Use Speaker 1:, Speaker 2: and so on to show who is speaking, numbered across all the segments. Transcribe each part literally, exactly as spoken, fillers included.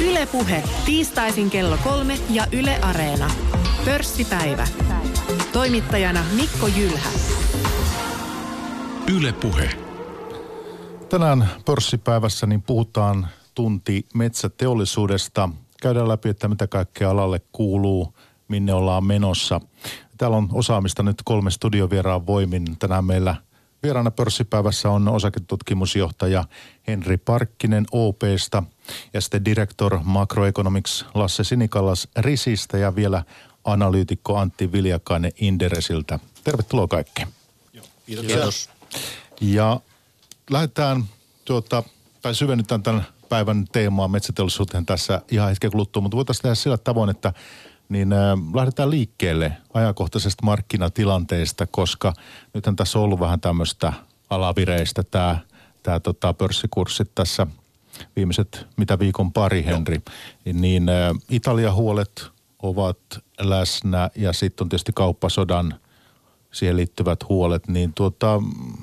Speaker 1: Yle Puhe, tiistaisin kello kolme ja Yle Areena. Pörssipäivä. Toimittajana Mikko Jylhä.
Speaker 2: Yle Puhe.
Speaker 3: Tänään pörssipäivässä niin puhutaan tunti metsäteollisuudesta. Käydään läpi, että mitä kaikkea alalle kuuluu, minne ollaan menossa. Täällä on osaamista nyt kolme studiovieraan voimin. Tänään meillä vieraana pörssipäivässä on osaketutkimusjohtaja Henri Parkkinen O P:stä ja sitten director Macroeconomics Lasse Sinikallas Risistä ja vielä analyytikko Antti Viljakainen Inderesiltä. Tervetuloa kaikki.
Speaker 4: Kiitos. Kiitos.
Speaker 3: Ja lähdetään tuota, tai syvennytään tämän päivän teemaa metsäteollisuuteen tässä ihan hetken kuluttua, mutta voitaisiin tehdä sillä tavoin, että niin äh, lähdetään liikkeelle ajankohtaisesta markkinatilanteesta, koska nythän tässä on ollut vähän tämmöistä alavireistä tämä tää, tota, pörssikurssit tässä viimeiset, mitä viikon pari, Henri. Joo. Niin äh, Italian huolet ovat läsnä ja sitten on tietysti kauppasodan siihen liittyvät huolet, niin tuota,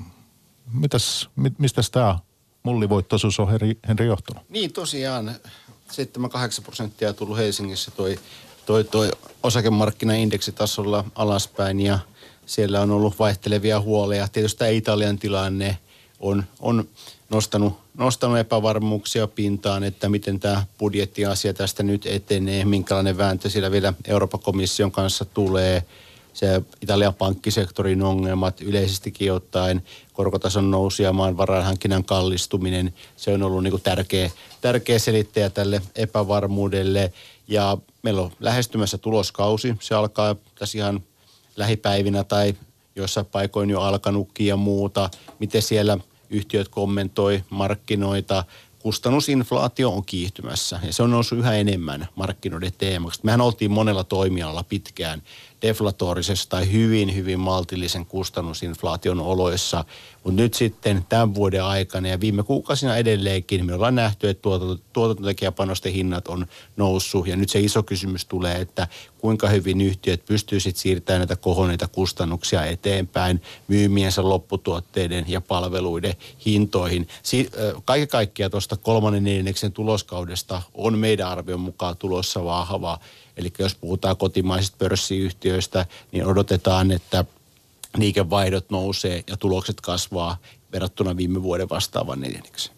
Speaker 3: mitäs, mistäs tämä mullivoittoisuus on Henri, Henri johtunut?
Speaker 4: Niin tosiaan, seitsemän kahdeksan prosenttia tullut Helsingissä toi, toi, toi osakemarkkinaindeksitasolla alaspäin ja siellä on ollut vaihtelevia huoleja. Tietysti tämä Italian tilanne on, on nostanut, nostanut epävarmuuksia pintaan, että miten tämä budjettiasia tästä nyt etenee, minkälainen vääntö siellä vielä Euroopan komission kanssa tulee. Se Italian pankkisektorin ongelmat yleisestikin ottaen, korkotason nousu ja maan varainhankinnan kallistuminen, se on ollut niin kuin tärkeä, tärkeä selittäjä tälle epävarmuudelle. Ja meillä on lähestymässä tuloskausi, se alkaa tässä ihan lähipäivinä tai joissain paikoin jo alkanutkin ja muuta. Miten siellä yhtiöt kommentoi markkinoita, kustannusinflaatio on kiihtymässä ja se on noussut yhä enemmän markkinoiden teemaksi. Mehän oltiin monella toimialalla pitkään deflatorisessa tai hyvin, hyvin maltillisen kustannusinflaation oloissa. Mutta nyt sitten tämän vuoden aikana ja viime kuukausina edelleenkin me ollaan nähty, että tuotantotekijäpanosten hinnat on noussut. Ja nyt se iso kysymys tulee, että kuinka hyvin yhtiöt pystyy sitten siirtämään näitä kohonneita kustannuksia eteenpäin myymiensä lopputuotteiden ja palveluiden hintoihin. Si- kaiken kaikkiaan tuosta kolmannen neljänneksen tuloskaudesta on meidän arvion mukaan tulossa vahva. Eli jos puhutaan kotimaisista pörssiyhtiöistä, niin odotetaan, että liikevaihdot nousee ja tulokset kasvaa verrattuna viime vuoden vastaavan neljänneksi.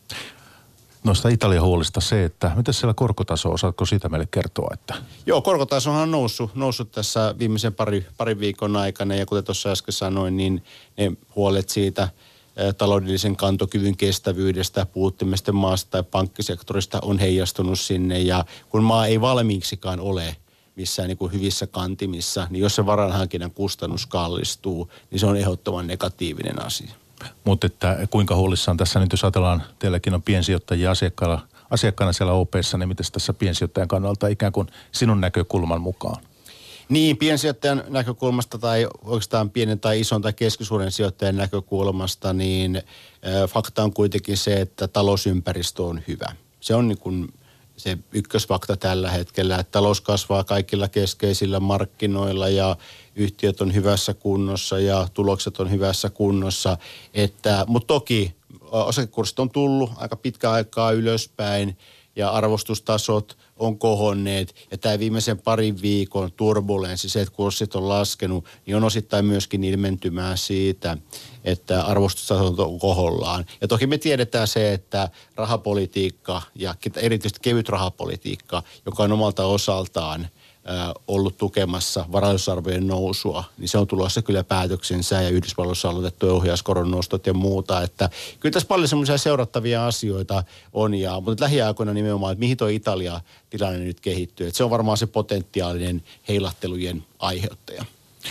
Speaker 3: Noista Italian huolista se, että miten siellä korkotaso, osaatko siitä meille kertoa? Että...
Speaker 4: Joo, korkotasohan on noussut, noussut tässä viimeisen pari, parin viikon aikana ja kuten tuossa äsken sanoin, niin ne huolet siitä taloudellisen kantokyvyn kestävyydestä, puhuttimme maasta tai pankkisektorista on heijastunut sinne ja kun maa ei valmiiksikaan ole missään niin kuin hyvissä kantimissa, niin jos se varainhankinnan kustannus kallistuu, niin se on ehdottoman negatiivinen asia.
Speaker 3: Mutta että kuinka huolissaan tässä nyt, jos ajatellaan, teilläkin on piensijoittajia asiakkaana, asiakkaana siellä O P:ssä, niin miten tässä piensijoittajan kannalta ikään kuin sinun näkökulman mukaan?
Speaker 4: Niin, piensijoittajan näkökulmasta tai oikeastaan pienen tai ison tai keskisuuren sijoittajan näkökulmasta, niin äh, fakta on kuitenkin se, että talousympäristö on hyvä. Se on niin kuin se ykkösfakta tällä hetkellä, että talous kasvaa kaikilla keskeisillä markkinoilla ja yhtiöt on hyvässä kunnossa ja tulokset on hyvässä kunnossa. Että, mutta toki osakekurssit on tullut aika pitkä aikaa ylöspäin ja arvostustasot on kohonneet. Ja tämä viimeisen parin viikon turbulenssi, se, että kurssit on laskenut, niin on osittain myöskin ilmentymää siitä, että arvostustasot on kohollaan. Ja toki me tiedetään se, että rahapolitiikka ja erityisesti kevyt rahapolitiikka, joka on omalta osaltaan Äh, ollut tukemassa varallisuusarvojen nousua, niin se on tulossa kyllä päätöksensä ja Yhdysvalloissa aloitettu ohjauskoron nostot ja muuta, että kyllä tässä paljon semmoisia seurattavia asioita on, ja, mutta lähiaikoina nimenomaan, että mihin tuo Italia tilanne nyt kehittyy, että se on varmaan se potentiaalinen heilahtelujen aiheuttaja.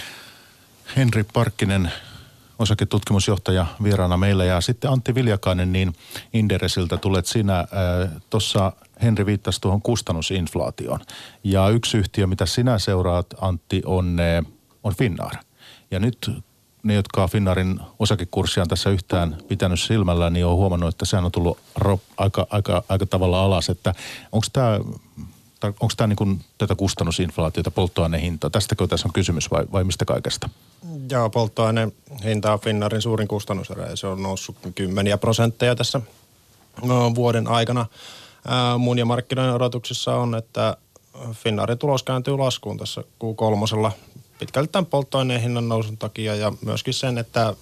Speaker 3: Henri Parkkinen, osaketutkimusjohtaja vieraana meillä ja sitten Antti Viljakainen, niin Inderesiltä tulet sinä. Äh, Tuossa Henri viittasi tuohon kustannusinflaatioon. Ja yksi yhtiö, mitä sinä seuraat, Antti, on, on Finnair. Ja nyt ne, jotka Finnairin osakekurssia on tässä yhtään pitänyt silmällä, niin on huomannut, että sehän on tullut ro, aika, aika, aika tavalla alas. Että onko tämä onko tämä niin kuin tätä kustannusinflaatiota, polttoainehintaa? Tästäkö tässä on kysymys vai, vai mistä kaikesta?
Speaker 5: Joo, polttoaineen hinta on Finnairin suurin kustannuserä ja se on noussut kymmeniä prosentteja tässä no, vuoden aikana. Ää, mun ja markkinoiden odotuksissa on, että Finnairin tulos kääntyy laskuun tässä Q kolme pitkälti tämän polttoaineen hinnan nousun takia ja myöskin sen, että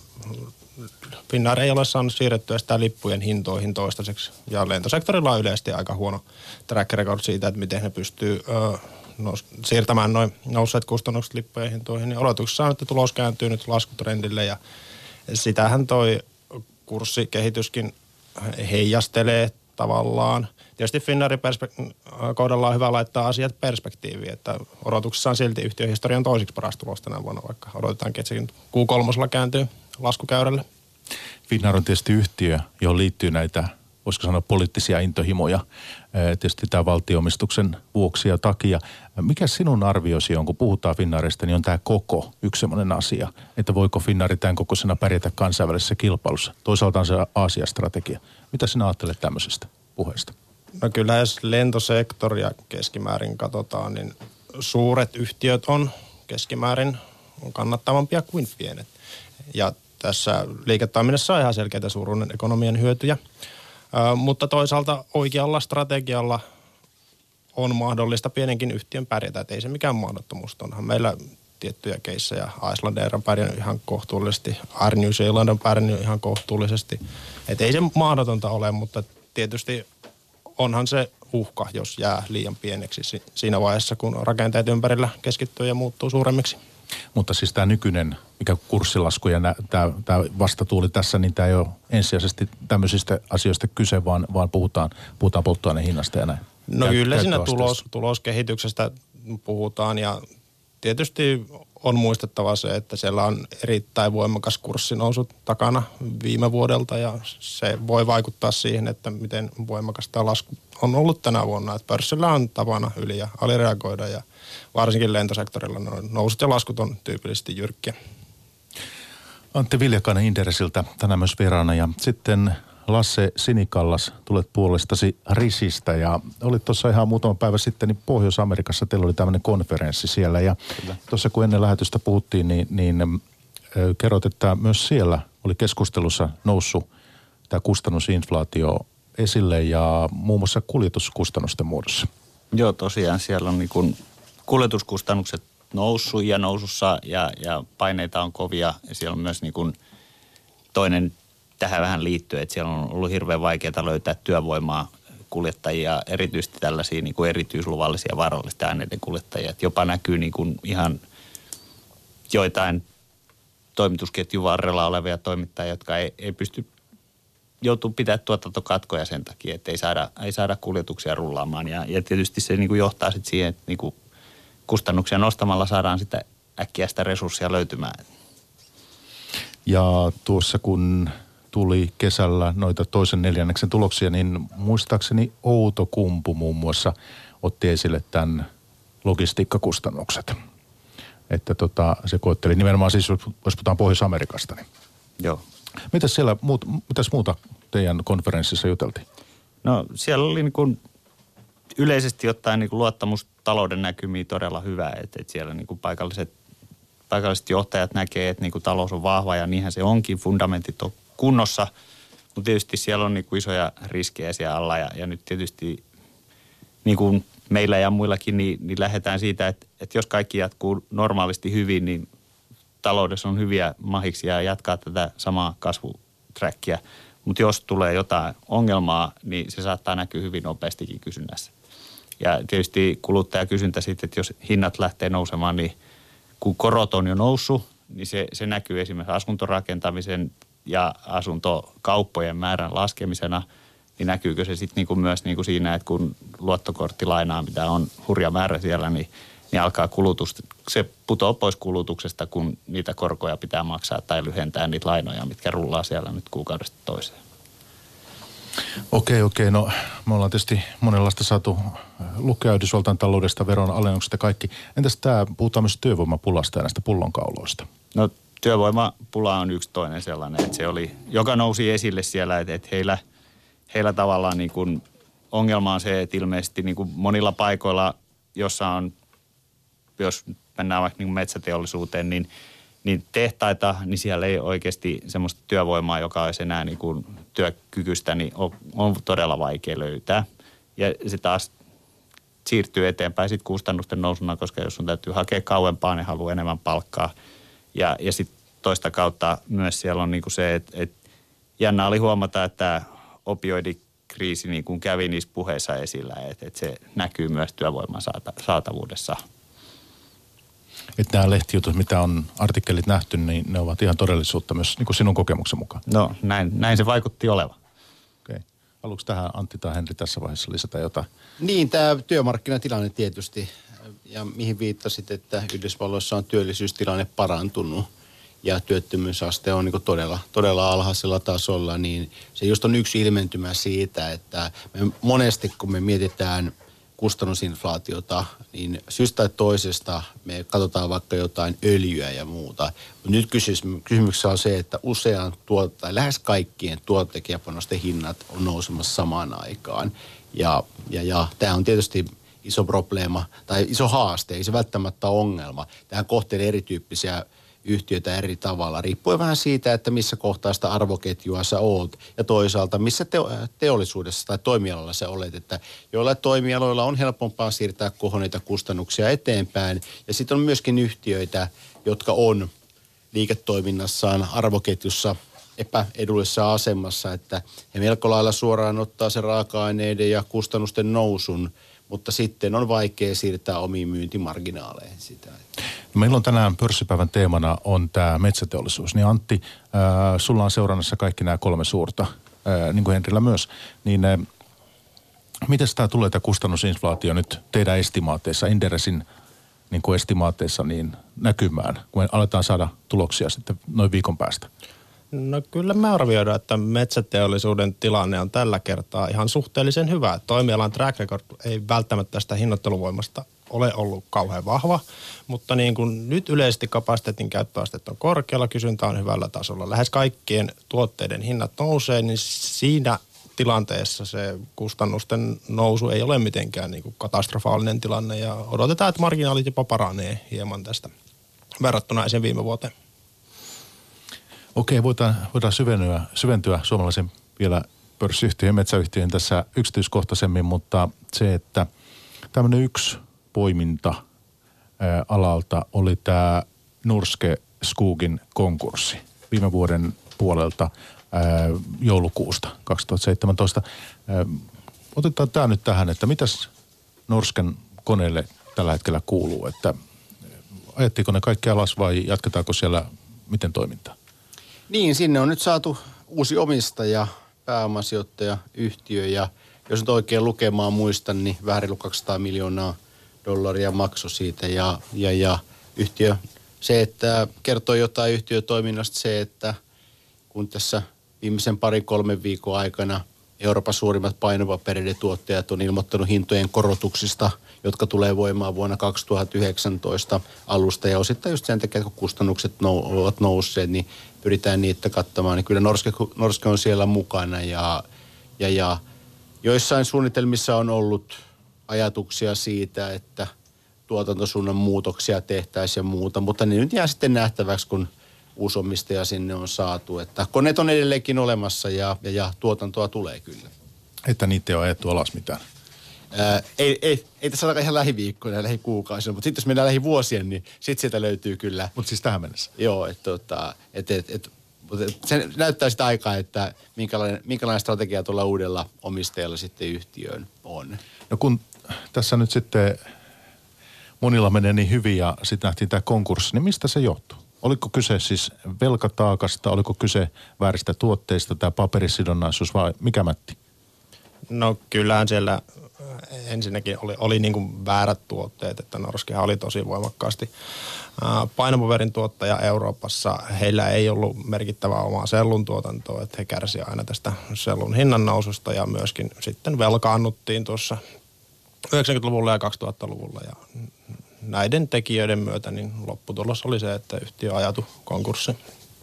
Speaker 5: Finnair ei ole saanut siirrettyä sitä lippujen hintoihin toistaiseksi. Ja lentosektorilla on yleisesti aika huono track record siitä, että miten ne pystyy ö, nous, siirtämään noin nousseet kustannukset lippujen hintoihin. Ja odotuksessa on, että tulos kääntyy nyt laskutrendille ja sitähän toi kurssikehityskin heijastelee tavallaan. Tietysti Finnairin perspe- kohdalla on hyvä laittaa asiat perspektiiviin, että odotuksessa on silti yhtiöhistorian toisiksi paras tulos tänä vuonna, vaikka odotetaankin, että sekin Q kolme kääntyy laskukäyrälle.
Speaker 3: Finnair on tietysti yhtiö, johon liittyy näitä, voisiko sanoa, poliittisia intohimoja, tietysti tämä valtio-omistuksen vuoksi ja takia. Mikä sinun arviosi on, kun puhutaan Finnairista, niin on tämä koko yksi sellainen asia, että voiko Finnair tämän kokoisena pärjätä kansainvälisessä kilpailussa? Toisaalta on se Aasia-strategia. Mitä sinä ajattelet tämmöisestä puheesta?
Speaker 5: No kyllä, jos lentosektoria keskimäärin katsotaan, niin suuret yhtiöt on keskimäärin kannattavampia kuin pienet. Ja tässä liiketoiminnassa on ihan selkeitä suuruuden ekonomian hyötyjä, Ö, mutta toisaalta oikealla strategialla on mahdollista pienenkin yhtiön pärjätä, että ei se mikään mahdottomuus. Onhan meillä tiettyjä keissejä. Icelandair on pärjännyt ihan kohtuullisesti, Air New Zealand on pärjännyt ihan kohtuullisesti. Että ei se mahdotonta ole, mutta tietysti onhan se uhka, jos jää liian pieneksi siinä vaiheessa, kun rakenteet ympärillä keskittyy ja muuttuu suuremmiksi.
Speaker 3: Mutta siis tämä nykyinen, mikä kurssilasku ja tämä, tämä vastatuuli tässä, niin tämä ei ole ensisijaisesti tämmöisistä asioista kyse, vaan, vaan puhutaan, puhutaan polttoaineen hinnasta ja näin.
Speaker 5: No kyllä siinä tulos, tuloskehityksestä puhutaan ja tietysti on muistettava se, että siellä on erittäin voimakas kurssinousu takana viime vuodelta ja se voi vaikuttaa siihen, että miten voimakas tämä lasku on ollut tänä vuonna. Että pörssillä on tapana yli- ja alireagoida ja varsinkin lentosektorilla nousut ja laskut on tyypillisesti jyrkkiä.
Speaker 3: Antti Viljakainen Inderesiltä tänään myös vieraana ja sitten Lasse Sinikallas, tulet puolestasi Risistä ja olit tuossa ihan muutama päivä sitten niin Pohjois-Amerikassa, teillä oli tämmöinen konferenssi siellä ja tuossa kun ennen lähetystä puhuttiin, niin, niin ö, kerrot, että myös siellä oli keskustelussa noussut tämä kustannusinflaatio esille ja muun muassa kuljetuskustannusten muodossa.
Speaker 2: Joo, tosiaan siellä on niin kuin kuljetuskustannukset noussut ja nousussa ja, ja paineita on kovia ja siellä on myös niin kuin toinen tähän vähän liittyy, että siellä on ollut hirveän vaikeaa löytää työvoimaa kuljettajia, erityisesti tällaisia niin kuin erityisluvallisia vaarallisten aineiden kuljettajia. Että jopa näkyy niin kuin ihan joitain toimitusketjun varrella olevia toimittajia, jotka ei, ei pysty, joutuu pitämään tuotantokatkoja sen takia, että ei saada, ei saada kuljetuksia rullaamaan. Ja, ja tietysti se niin kuin johtaa sitten siihen, että niin kuin kustannuksia nostamalla saadaan sitä äkkiä sitä resurssia löytymään.
Speaker 3: Ja tuossa kun tuli kesällä noita toisen neljänneksen tuloksia, niin muistaakseni Outokumpu muun muassa otti esille tämän logistiikkakustannukset. Että tota, se koetteli nimenomaan siis, jos puhutaan Pohjois-Amerikasta. Niin.
Speaker 2: Joo.
Speaker 3: Mitäs siellä, muut, mitäs muuta teidän konferenssissa juteltiin?
Speaker 2: No siellä oli niin kuin yleisesti ottaen niin kuin luottamus talouden näkymiin todella hyvä, että, että siellä niin kuin paikalliset, paikalliset johtajat näkee, että niin kuin talous on vahva ja niinhän se onkin, fundamentit on kunnossa, mutta tietysti siellä on niin kuin isoja riskejä siellä alla ja, ja nyt tietysti niin kuin meillä ja muillakin, niin, niin lähdetään siitä, että, että jos kaikki jatkuu normaalisti hyvin, niin taloudessa on hyviä mahiksia jatkaa tätä samaa kasvuträkkiä, mutta jos tulee jotain ongelmaa, niin se saattaa näkyä hyvin nopeastikin kysynnässä. Ja tietysti kuluttajakysyntä sitten, että jos hinnat lähtee nousemaan, niin kun korot on jo noussut, niin se, se näkyy esimerkiksi asuntorakentamisen ja asuntokauppojen määrän laskemisena, niin näkyykö se sitten niinku myös niinku siinä, että kun luottokorttilainaa, mitä on hurja määrä siellä, niin, niin alkaa kulutus, se putoaa pois kulutuksesta, kun niitä korkoja pitää maksaa tai lyhentää niitä lainoja, mitkä rullaa siellä nyt kuukaudesta toiseen.
Speaker 3: Okei, okei. No me ollaan tietysti monenlaista saatu lukea Yhdysvaltain taloudesta, veron alennukset ja kaikki. Entäs tämä, puhutaan myös työvoimapulasta ja näistä pullonkauloista?
Speaker 2: No työvoimapula on yksi toinen sellainen, että se oli, joka nousi esille siellä, että, että heillä, heillä tavallaan niin kuin ongelma on se, että ilmeisesti niin kuin monilla paikoilla, jossa on, jos mennään vaikka niin kuin metsäteollisuuteen, niin, niin tehtaita, niin siellä ei oikeasti semmoista työvoimaa, joka olisi enää niin kuin työkykyistä, niin on, on todella vaikea löytää. Ja se taas siirtyy eteenpäin sitten kustannusten nousuna, koska jos sun täytyy hakea kauempaa, niin haluaa enemmän palkkaa. Ja, ja sitten toista kautta myös siellä on niinku se, että et jännä oli huomata, että opioidikriisi niin kuin kävi niissä puheissa esillä, että et se näkyy myös työvoiman saata, saatavuudessa.
Speaker 3: Että nämä lehtijutut, mitä on artikkelit nähty, niin ne ovat ihan todellisuutta myös niin kuin sinun kokemuksen mukaan.
Speaker 2: No näin, näin se vaikutti olevan.
Speaker 3: Okei. Okay. Haluatko tähän Antti tai Henri tässä vaiheessa lisätä jotain?
Speaker 4: Niin, tämä työmarkkinatilanne tietysti, ja mihin viittasit, että Yhdysvalloissa on työllisyystilanne parantunut ja työttömyysaste on niin todella, todella alhaisella tasolla, niin se just on yksi ilmentymä siitä, että me monesti kun me mietitään kustannusinflaatiota, niin syystä tai toisesta me katsotaan vaikka jotain öljyä ja muuta. Mutta nyt kysymyksessä on se, että usean tuot, tai lähes kaikkien tuotetekijäpanosten hinnat on nousemassa samaan aikaan. Ja, ja, ja tämä on tietysti iso probleema tai iso haaste, ei se välttämättä ole ongelma. Tähän kohtelee erityyppisiä yhtiöitä eri tavalla, riippuen vähän siitä, että missä kohtaa sitä arvoketjua sä oot ja toisaalta missä teo- teollisuudessa tai toimialalla sä olet, että joillain toimialoilla on helpompaa siirtää kohonneita kustannuksia eteenpäin ja sitten on myöskin yhtiöitä, jotka on liiketoiminnassaan arvoketjussa epäedullisessa asemassa, että he melko lailla suoraan ottaa sen raaka-aineiden ja kustannusten nousun, mutta sitten on vaikea siirtää omiin myyntimarginaaleihin sitä.
Speaker 3: Meillä on tänään pörssipäivän teemana on tämä metsäteollisuus. Niin Antti, äh, sulla on seurannassa kaikki nämä kolme suurta, äh, niin kuin Henrillä myös. Niin äh, miten tämä tulee tämä kustannusinflaatio nyt teidän estimaateissa, Inderesin niin kuin estimaateissa niin näkymään, kun me aletaan saada tuloksia sitten noin viikon päästä?
Speaker 5: No kyllä me arvioidaan, että metsäteollisuuden tilanne on tällä kertaa ihan suhteellisen hyvä. Toimialan track record ei välttämättä tästä hinnoitteluvoimasta ole ollut kauhean vahva, mutta niin kuin nyt yleisesti kapasiteetin käyttöaste on korkealla, kysyntä on hyvällä tasolla. Lähes kaikkien tuotteiden hinnat nousee, niin siinä tilanteessa se kustannusten nousu ei ole mitenkään niin kuin katastrofaalinen tilanne ja odotetaan, että marginaalit jopa paranee hieman tästä verrattuna sen viime vuoteen.
Speaker 3: Okei, voidaan, voidaan syventyä, syventyä suomalaisen vielä pörssiyhtiöön, metsäyhtiöön tässä yksityiskohtaisemmin, mutta se, että tämmöinen yksi poiminta ää, alalta oli tämä Norske Skogin konkurssi viime vuoden puolelta ää, joulukuusta kaksituhattaseitsemäntoista. Ää, otetaan tämä nyt tähän, että mitäs Norsken koneelle tällä hetkellä kuuluu, että ajettiinko ne kaikki alas vai jatketaanko siellä miten toimintaa?
Speaker 4: Niin, sinne on nyt saatu uusi omistaja, pääomasijoittaja, yhtiö ja jos nyt oikein lukemaan muistan, niin vähän reilu kaksisataa miljoonaa dollaria maksoi siitä ja, ja, ja yhtiö, se, että kertoo jotain yhtiötoiminnasta se, että kun tässä viimeisen parin kolmen viikon aikana Euroopan suurimmat painopapereiden tuottajat on ilmoittanut hintojen korotuksista, jotka tulee voimaan vuonna kaksituhattayhdeksäntoista alusta ja osittain just sen takia, kun kustannukset nou- ovat nousseet, niin pyritään niitä kattamaan. Niin kyllä Norske, Norske on siellä mukana ja, ja, ja joissain suunnitelmissa on ollut ajatuksia siitä, että tuotantosuunnan muutoksia tehtäisiin ja muuta, mutta ne nyt jää sitten nähtäväksi, kun uusi omistaja sinne on saatu. Että koneet on edelleenkin olemassa ja, ja, ja tuotantoa tulee kyllä.
Speaker 3: Että niitä ei ole ajettu alas mitään?
Speaker 4: Ää, ei, ei, ei tässä ole ihan lähiviikkoina ja lähikuukausina, mutta sitten jos mennään lähivuosien, niin sitten sieltä löytyy kyllä.
Speaker 3: Mutta siis tähän mennessä?
Speaker 4: Joo, että tota, et, et, et, se näyttää sitä aikaa, että minkälainen, minkälainen strategia tuolla uudella omistajalla sitten yhtiöön on.
Speaker 3: No kun tässä nyt sitten monilla menee niin hyvin ja sitten nähtiin tämä konkurssi, niin mistä se johtuu? Oliko kyse siis velkataakasta, oliko kyse vääristä tuotteista, tämä paperisidonnaisuus vai mikä mätti?
Speaker 5: No kyllähän siellä ensinnäkin oli, oli niin kuin väärät tuotteet, että Norskehan oli tosi voimakkaasti painopaperin tuottaja Euroopassa. Heillä ei ollut merkittävää omaa sellun tuotantoa, että he kärsivät aina tästä sellun hinnan noususta ja myöskin sitten velkaannuttiin tuossa yhdeksänkymmentäluvulla ja kaksituhattaluvulla ja näiden tekijöiden myötä niin lopputulos oli se, että yhtiö ajautui konkurssiin.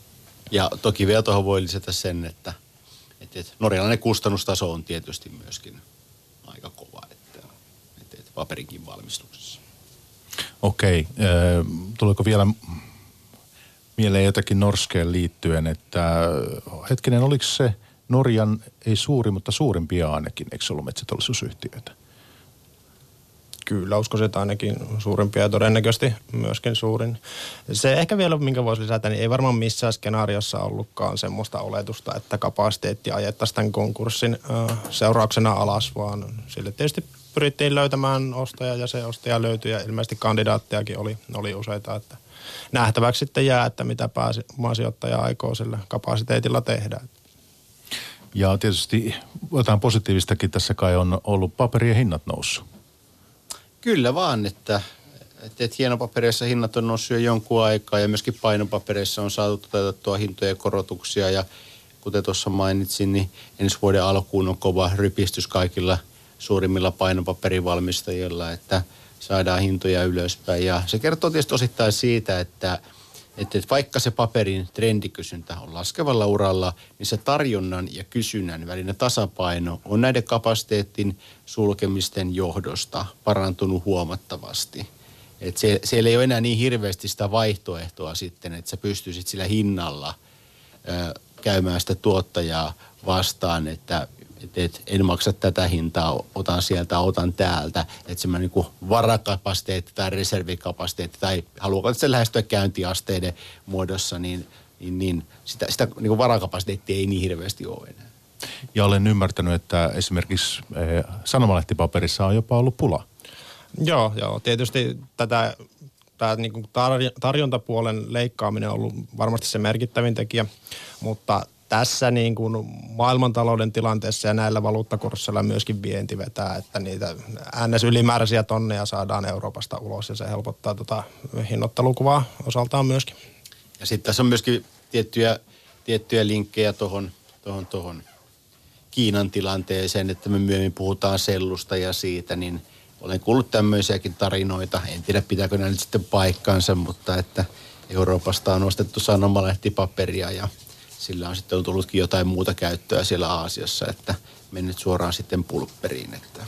Speaker 5: Ja
Speaker 4: toki vielä tuohon voi lisätä sen, että, että norjalainen kustannustaso on tietysti myöskin aika kova, että, että, että paperinkin valmistuksessa.
Speaker 3: Okei. Äh, tuleeko vielä mieleen jotakin Norskeen liittyen, että hetkinen, oliko se Norjan ei suuri, mutta suurimpia ainakin, eikö se ollut metsäteollisuusyhtiöitä?
Speaker 5: Kyllä, uskoisin, että ainakin suurimpia ja todennäköisesti myöskin suurin. Se ehkä vielä, minkä voisi lisätä, niin ei varmaan missään skenaariossa ollutkaan semmoista oletusta, että kapasiteetti ajettaisiin tämän konkurssin äh, seurauksena alas, vaan sille tietysti pyrittiin löytämään ostaja ja se ostaja löytyi ja ilmeisesti kandidaattejakin oli, oli useita, että nähtäväksi sitten jää, että mitä pääomasijoittaja aikoo sillä kapasiteetilla tehdä.
Speaker 3: Ja tietysti jotain positiivistakin tässä kai on ollut paperien hinnat noussut.
Speaker 4: Kyllä vaan, että, että, että hienopapereissa hinnat on noussut jo jonkun aikaa ja myöskin painopapereissa on saatu toteutettua hintojen korotuksia ja kuten tuossa mainitsin, niin ensi vuoden alkuun on kova rypistys kaikilla suurimmilla painopaperivalmistajilla, että saadaan hintoja ylöspäin ja se kertoo tietysti osittain siitä, että Että vaikka se paperin trendikysyntä on laskevalla uralla, niin se tarjonnan ja kysynnän välinen tasapaino on näiden kapasiteetin sulkemisten johdosta parantunut huomattavasti. Että se, siellä ei ole enää niin hirveästi sitä vaihtoehtoa sitten, että sä pystyisit sillä hinnalla ö, käymään sitä tuottajaa vastaan, että et, et en maksa tätä hintaa, otan sieltä, otan täältä. Että semmoinen niin varakapasiteetti tai reservikapasiteetti tai haluaako se lähestyä käyntiasteiden muodossa, niin, niin, niin sitä, sitä niin kuin varakapasiteettia ei niin hirveästi ole enää.
Speaker 3: Ja olen ymmärtänyt, että esimerkiksi eh, sanomalehtipaperissa on jopa ollut pula.
Speaker 5: Joo, joo. Tietysti tätä tämä niin kuin tarjontapuolen leikkaaminen on ollut varmasti se merkittävin tekijä, mutta tässä niin kuin maailmantalouden tilanteessa ja näillä valuuttakursseilla myöskin vienti vetää, että niitä ns. Ylimääräisiä tonneja saadaan Euroopasta ulos ja se helpottaa tota hinnoittelukuvaa osaltaan myöskin.
Speaker 4: Ja sitten tässä on myöskin tiettyjä, tiettyjä linkkejä tuohon tohon, tohon Kiinan tilanteeseen, että me myöhemmin puhutaan sellusta ja siitä, niin olen kuullut tämmöisiäkin tarinoita. En tiedä, pitääkö nämä nyt sitten paikkaansa, mutta että Euroopasta on ostettu sanomalehtipaperia ja sillä on sitten tullutkin jotain muuta käyttöä siellä Aasiassa, että mennyt suoraan sitten pulpperiin. Että.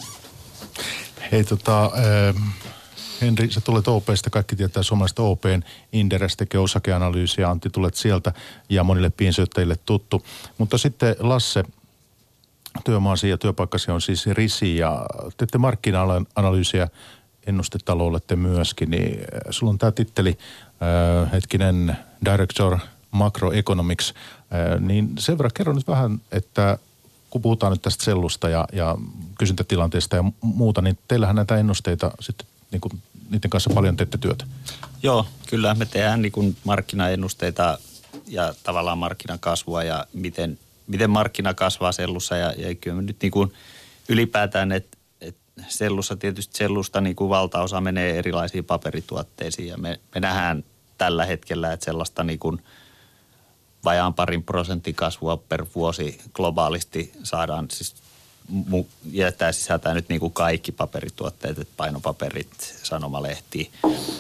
Speaker 3: Hei tota, äh, Henri, sä tulet O P:stä, kaikki tietää suomalaista O P:n Inderes tekee osakeanalyysiä, Antti tulet sieltä ja monille piensijoittajille tuttu. Mutta sitten Lasse, työmaasi ja työpaikkasi on siis Risi ja teette markkina-analyysiä, ennustetaloudette myöskin, niin sulla on tämä titteli, äh, hetkinen Director Macroeconomics, niin sen verran kerro nyt vähän, että kun puhutaan nyt tästä sellusta ja, ja kysyntätilanteesta ja muuta, niin teillähän näitä ennusteita sitten, niin kuin, niiden kanssa paljon teette työtä.
Speaker 2: Joo, kyllä me tehdään niin kuin markkinaennusteita ja tavallaan markkinakasvua ja miten, miten markkina kasvaa sellussa ja, ja kyllä me nyt niin kuin ylipäätään, että et sellussa tietysti sellusta niin kuin valtaosa menee erilaisiin paperituotteisiin ja me, me nähdään tällä hetkellä, että sellaista niin kuin vajaan parin prosentin kasvua per vuosi globaalisti saadaan, siis ja tämä sisältää nyt niin kuin kaikki paperituotteet, että painopaperit, sanomalehti,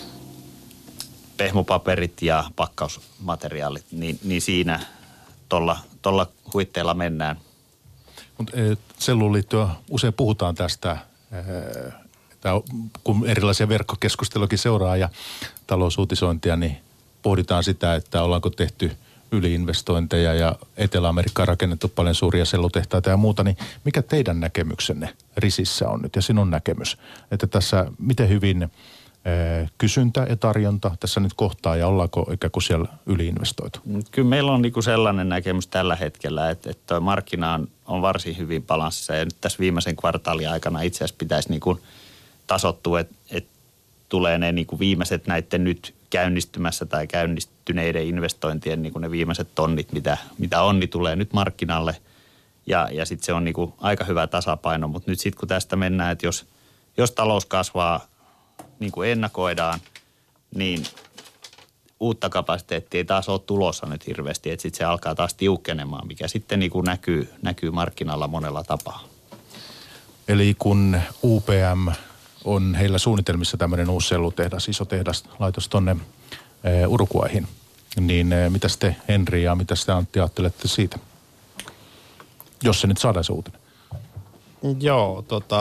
Speaker 2: pehmopaperit ja pakkausmateriaalit, niin, niin siinä tuolla tolla huitteilla mennään.
Speaker 3: Mutta selluun liittyen usein puhutaan tästä, että kun erilaisia verkkokeskustelukin seuraa ja talousuutisointia, niin pohditaan sitä, että ollaanko tehty yliinvestointeja ja Etelä-Amerikkaan rakennettu paljon suuria sellutehtaita ja muuta, niin mikä teidän näkemyksenne Risissä on nyt ja sinun näkemys? Että tässä miten hyvin äh, kysyntä ja tarjonta tässä nyt kohtaa ja ollaanko ikään kuin siellä yliinvestoitu?
Speaker 2: Kyllä meillä on niinku sellainen näkemys tällä hetkellä, että, että tuo markkina on, on varsin hyvin balanssissa ja nyt tässä viimeisen kvartaalin aikana itse asiassa pitäisi niinku tasottua, että, että tulee ne niinku viimeiset näiden nyt käynnistymässä tai käynnistyneiden investointien niin kuin ne viimeiset tonnit, mitä, mitä on, niin tulee nyt markkinalle. Ja, ja sitten se on niin kuin aika hyvä tasapaino. Mutta nyt sitten kun tästä mennään, että jos, jos talous kasvaa niin kuin ennakoidaan, niin uutta kapasiteettia ei taas ole tulossa nyt hirveästi. Että sitten se alkaa taas tiukkenemaan, mikä sitten niin kuin näkyy, näkyy markkinalla monella tapaa.
Speaker 3: Eli kun U P M on heillä suunnitelmissa tämmöinen uusi sellutehdas, iso tehdas, laitos tonne e, Uruguayhin. Niin e, mitä te Henri ja mitä te Antti ajattelette siitä? Jos se nyt saadaan se uutinen.
Speaker 5: Joo, tota,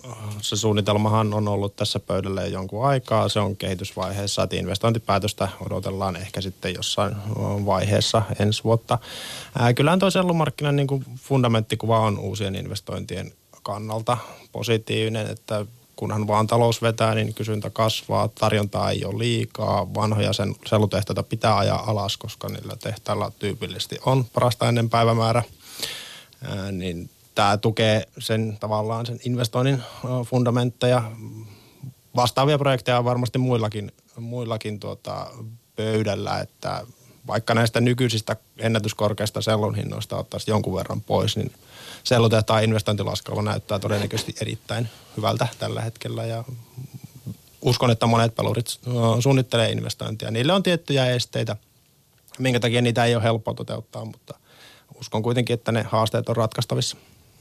Speaker 5: se suunnitelmahan on ollut tässä pöydällä jo jonkun aikaa. Se on kehitysvaiheessa, että investointipäätöstä odotellaan ehkä sitten jossain vaiheessa ensi vuotta. Ää, kyllähän tuo sellumarkkinan niin kuin fundamenttikuva on uusien investointien kannalta positiivinen, että kunhan vaan talous vetää, niin kysyntä kasvaa, tarjontaa ei ole liikaa, vanhoja sen sellutehtaita pitää ajaa alas, koska niillä tehtailla tyypillisesti on parasta ennen päivämäärä, ää, niin tämä tukee sen tavallaan sen investoinnin fundamentteja. Vastaavia projekteja on varmasti muillakin, muillakin tuota pöydällä, että vaikka näistä nykyisistä ennätyskorkeista sellun hinnoista ottaisi jonkun verran pois, niin sellutehtaan investointilaskelma näyttää todennäköisesti erittäin hyvältä tällä hetkellä ja uskon, että monet pelurit suunnittelee investointia. Niille on tiettyjä esteitä, minkä takia niitä ei ole helppo toteuttaa, mutta uskon kuitenkin, että ne haasteet on ratkaistavissa.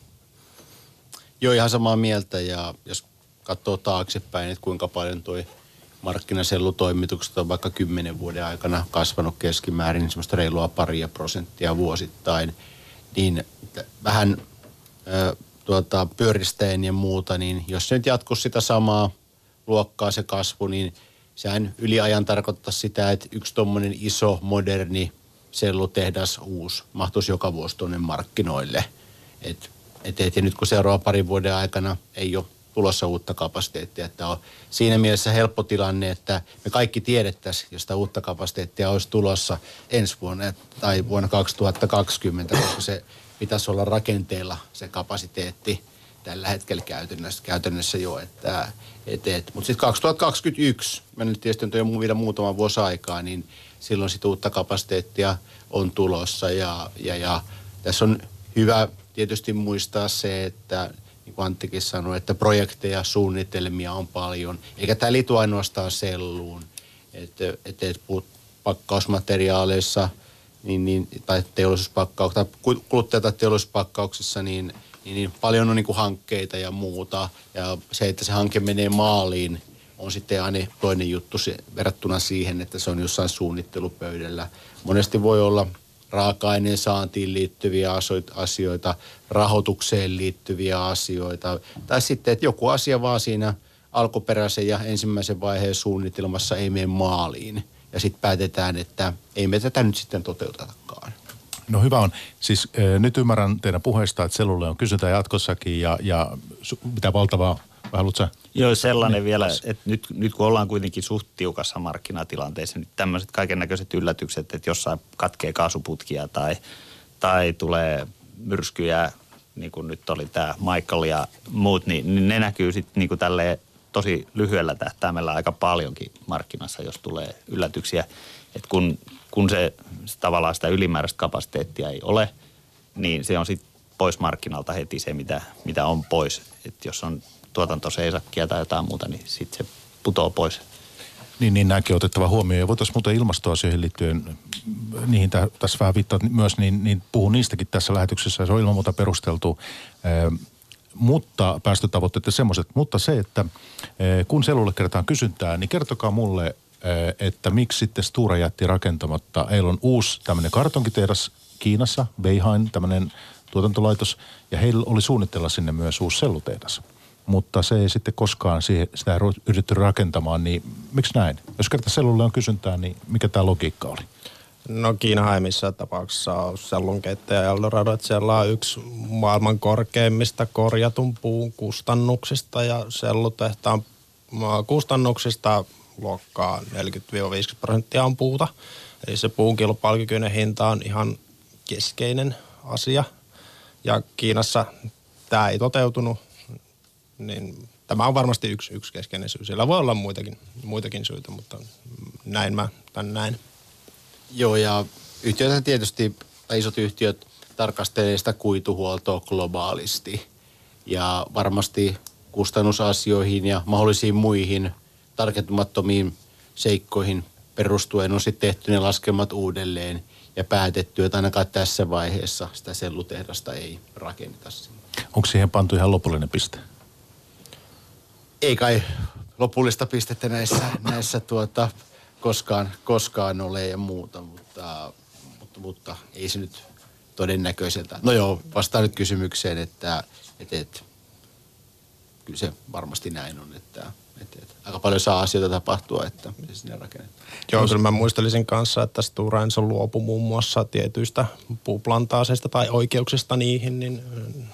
Speaker 4: Joo, ihan samaa mieltä ja jos katsoo taaksepäin, että kuinka paljon toi markkinasellutoimitukset on vaikka kymmenen vuoden aikana kasvanut keskimäärin semmoista reilua paria prosenttia vuosittain, niin vähän ö, tuota, pyöristäen ja muuta, niin jos se nyt jatkuisi sitä samaa luokkaa se kasvu, niin sehän yliajan tarkoittaa sitä, että yksi tommonen iso, moderni sellutehdas uusi mahtuisi joka vuosi tuonne markkinoille. Et, et, et, ja nyt kun seuraava parin vuoden aikana ei ole tulossa uutta kapasiteettia, että on siinä mielessä helppo tilanne, että me kaikki tiedettäisiin, jos sitä uutta kapasiteettia olisi tulossa ensi vuonna tai vuonna kaksituhattakaksikymmentä, koska se pitäisi olla rakenteella se kapasiteetti tällä hetkellä käytännössä, käytännössä jo, että et, et. Mutta sitten kaksituhattakaksikymmentäyksi, mä nyt tietysti on jo vielä muutama vuosi aikaa, niin silloin sitä uutta kapasiteettia on tulossa ja, ja, ja tässä on hyvä tietysti muistaa se, että niin kuin Anttikin sanoi, että projekteja, suunnitelmia on paljon, eikä tämä liity ainoastaan selluun, että et, et pakkausmateriaaleissa niin, niin, tai teollisuuspakkauksissa, tai kuluttaja- tai teollisuuspakkauksissa, niin, niin, niin paljon on niin kuin hankkeita ja muuta, ja se, että se hanke menee maaliin, on sitten aina toinen juttu se, verrattuna siihen, että se on jossain suunnittelupöydällä. Monesti voi olla raaka-aineen saantiin liittyviä asioita, rahoitukseen liittyviä asioita, tai sitten, että joku asia vaan siinä alkuperäisen ja ensimmäisen vaiheen suunnitelmassa ei mene maaliin, ja sitten päätetään, että ei me tätä nyt sitten toteutetakaan.
Speaker 3: No hyvä on. Siis äh, nyt ymmärrän teidän puheesta, että sellulle on kysyntää jatkossakin, ja, ja mitä valtavaa, vai haluatko sä?
Speaker 2: Joo, sellainen niin, vielä, että nyt, nyt kun ollaan kuitenkin suht tiukassa markkinatilanteessa, niin tämmöiset kaiken näköiset yllätykset, että jossain katkee kaasuputkia tai, tai tulee myrskyjä, niin kuin nyt oli tämä Michael ja muut, niin, niin ne näkyy sitten niin kuin tälleen tosi lyhyellä tähtäimellä aika paljonkin markkinassa, jos tulee yllätyksiä. Että kun, kun se, se tavallaan sitä ylimääräistä kapasiteettia ei ole, niin se on sitten pois markkinalta heti se, mitä, mitä on pois. Että jos on tuotantoseisakkia tai jotain muuta, niin sitten se putoo pois.
Speaker 3: Niin, niin nämäkin on otettava huomioon. Ja voitaisiin muuten ilmastoasioihin liittyen, niihin tä, tässä vähän viittaat myös, niin, niin puhun niistäkin tässä lähetyksessä. Se on ilman muuta perusteltu, eh, mutta päästötavoitteet ja semmoiset. Mutta se, että eh, kun sellulle kerätään kysyntää, niin kertokaa mulle, eh, että miksi sitten Stora jätti rakentamatta. Heillä on uusi tämmöinen kartonkitehdas Kiinassa, Beihai, tämmöinen tuotantolaitos, ja heillä oli suunnitella sinne myös uusi sellutehdas. Mutta se ei sitten koskaan siihen, sitä ei yritetty rakentamaan, niin miksi näin? Jos kerta sellulle on kysyntää, niin mikä tämä logiikka oli?
Speaker 5: No Kiinahan ei missään tapauksessa ole sellunkeittäjä Eldorado, että siellä on yksi maailman korkeimmista korjatun puun kustannuksista ja sellutehtaan kustannuksista luokkaa neljäkymmentä viisikymmentä prosenttia on puuta. Eli se puun kilpailukykyinen hinta on ihan keskeinen asia ja Kiinassa tämä ei toteutunut. Niin tämä on varmasti yksi, yksi keskeinen syy. Siellä voi olla muitakin, muitakin syitä, mutta näin mä tän näin.
Speaker 4: Joo, ja yhtiöt tietysti, tai isot yhtiöt tarkastelee sitä kuituhuoltoa globaalisti. Ja varmasti kustannusasioihin ja mahdollisiin muihin tarkentumattomiin seikkoihin perustuen on sitten tehty ne laskelmat uudelleen ja päätetty, että ainakaan tässä vaiheessa sitä sellutehdasta ei rakenneta sinne.
Speaker 3: Onko siihen pantu ihan lopullinen piste?
Speaker 4: Ei kai lopullista pistettä näissä, näissä tuota, koskaan, koskaan ole ja muuta, mutta, mutta, mutta ei se nyt todennäköiseltä. No joo, vastaan nyt kysymykseen, että, että, että kyllä se varmasti näin on, että, että, että aika paljon saa asioita tapahtua, että se sinne rakennetaan.
Speaker 5: Joo, kyllä mä muistelisin kanssa, että Stora Enso luopui muun muassa tietyistä puuplantaaseista tai oikeuksista niihin, niin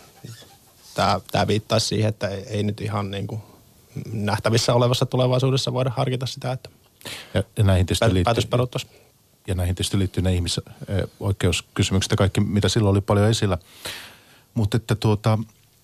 Speaker 5: tämä, tämä viittaisi siihen, että ei, ei nyt ihan niin kuin nähtävissä olevassa tulevaisuudessa voida harkita sitä, että
Speaker 3: ja, ja näihin tietysti
Speaker 5: päätös peruttaisi.
Speaker 3: Ja näihin tietysti liittyy ne ihmisoikeuskysymykset ja kaikki, mitä silloin oli paljon esillä. Mutta että tuota,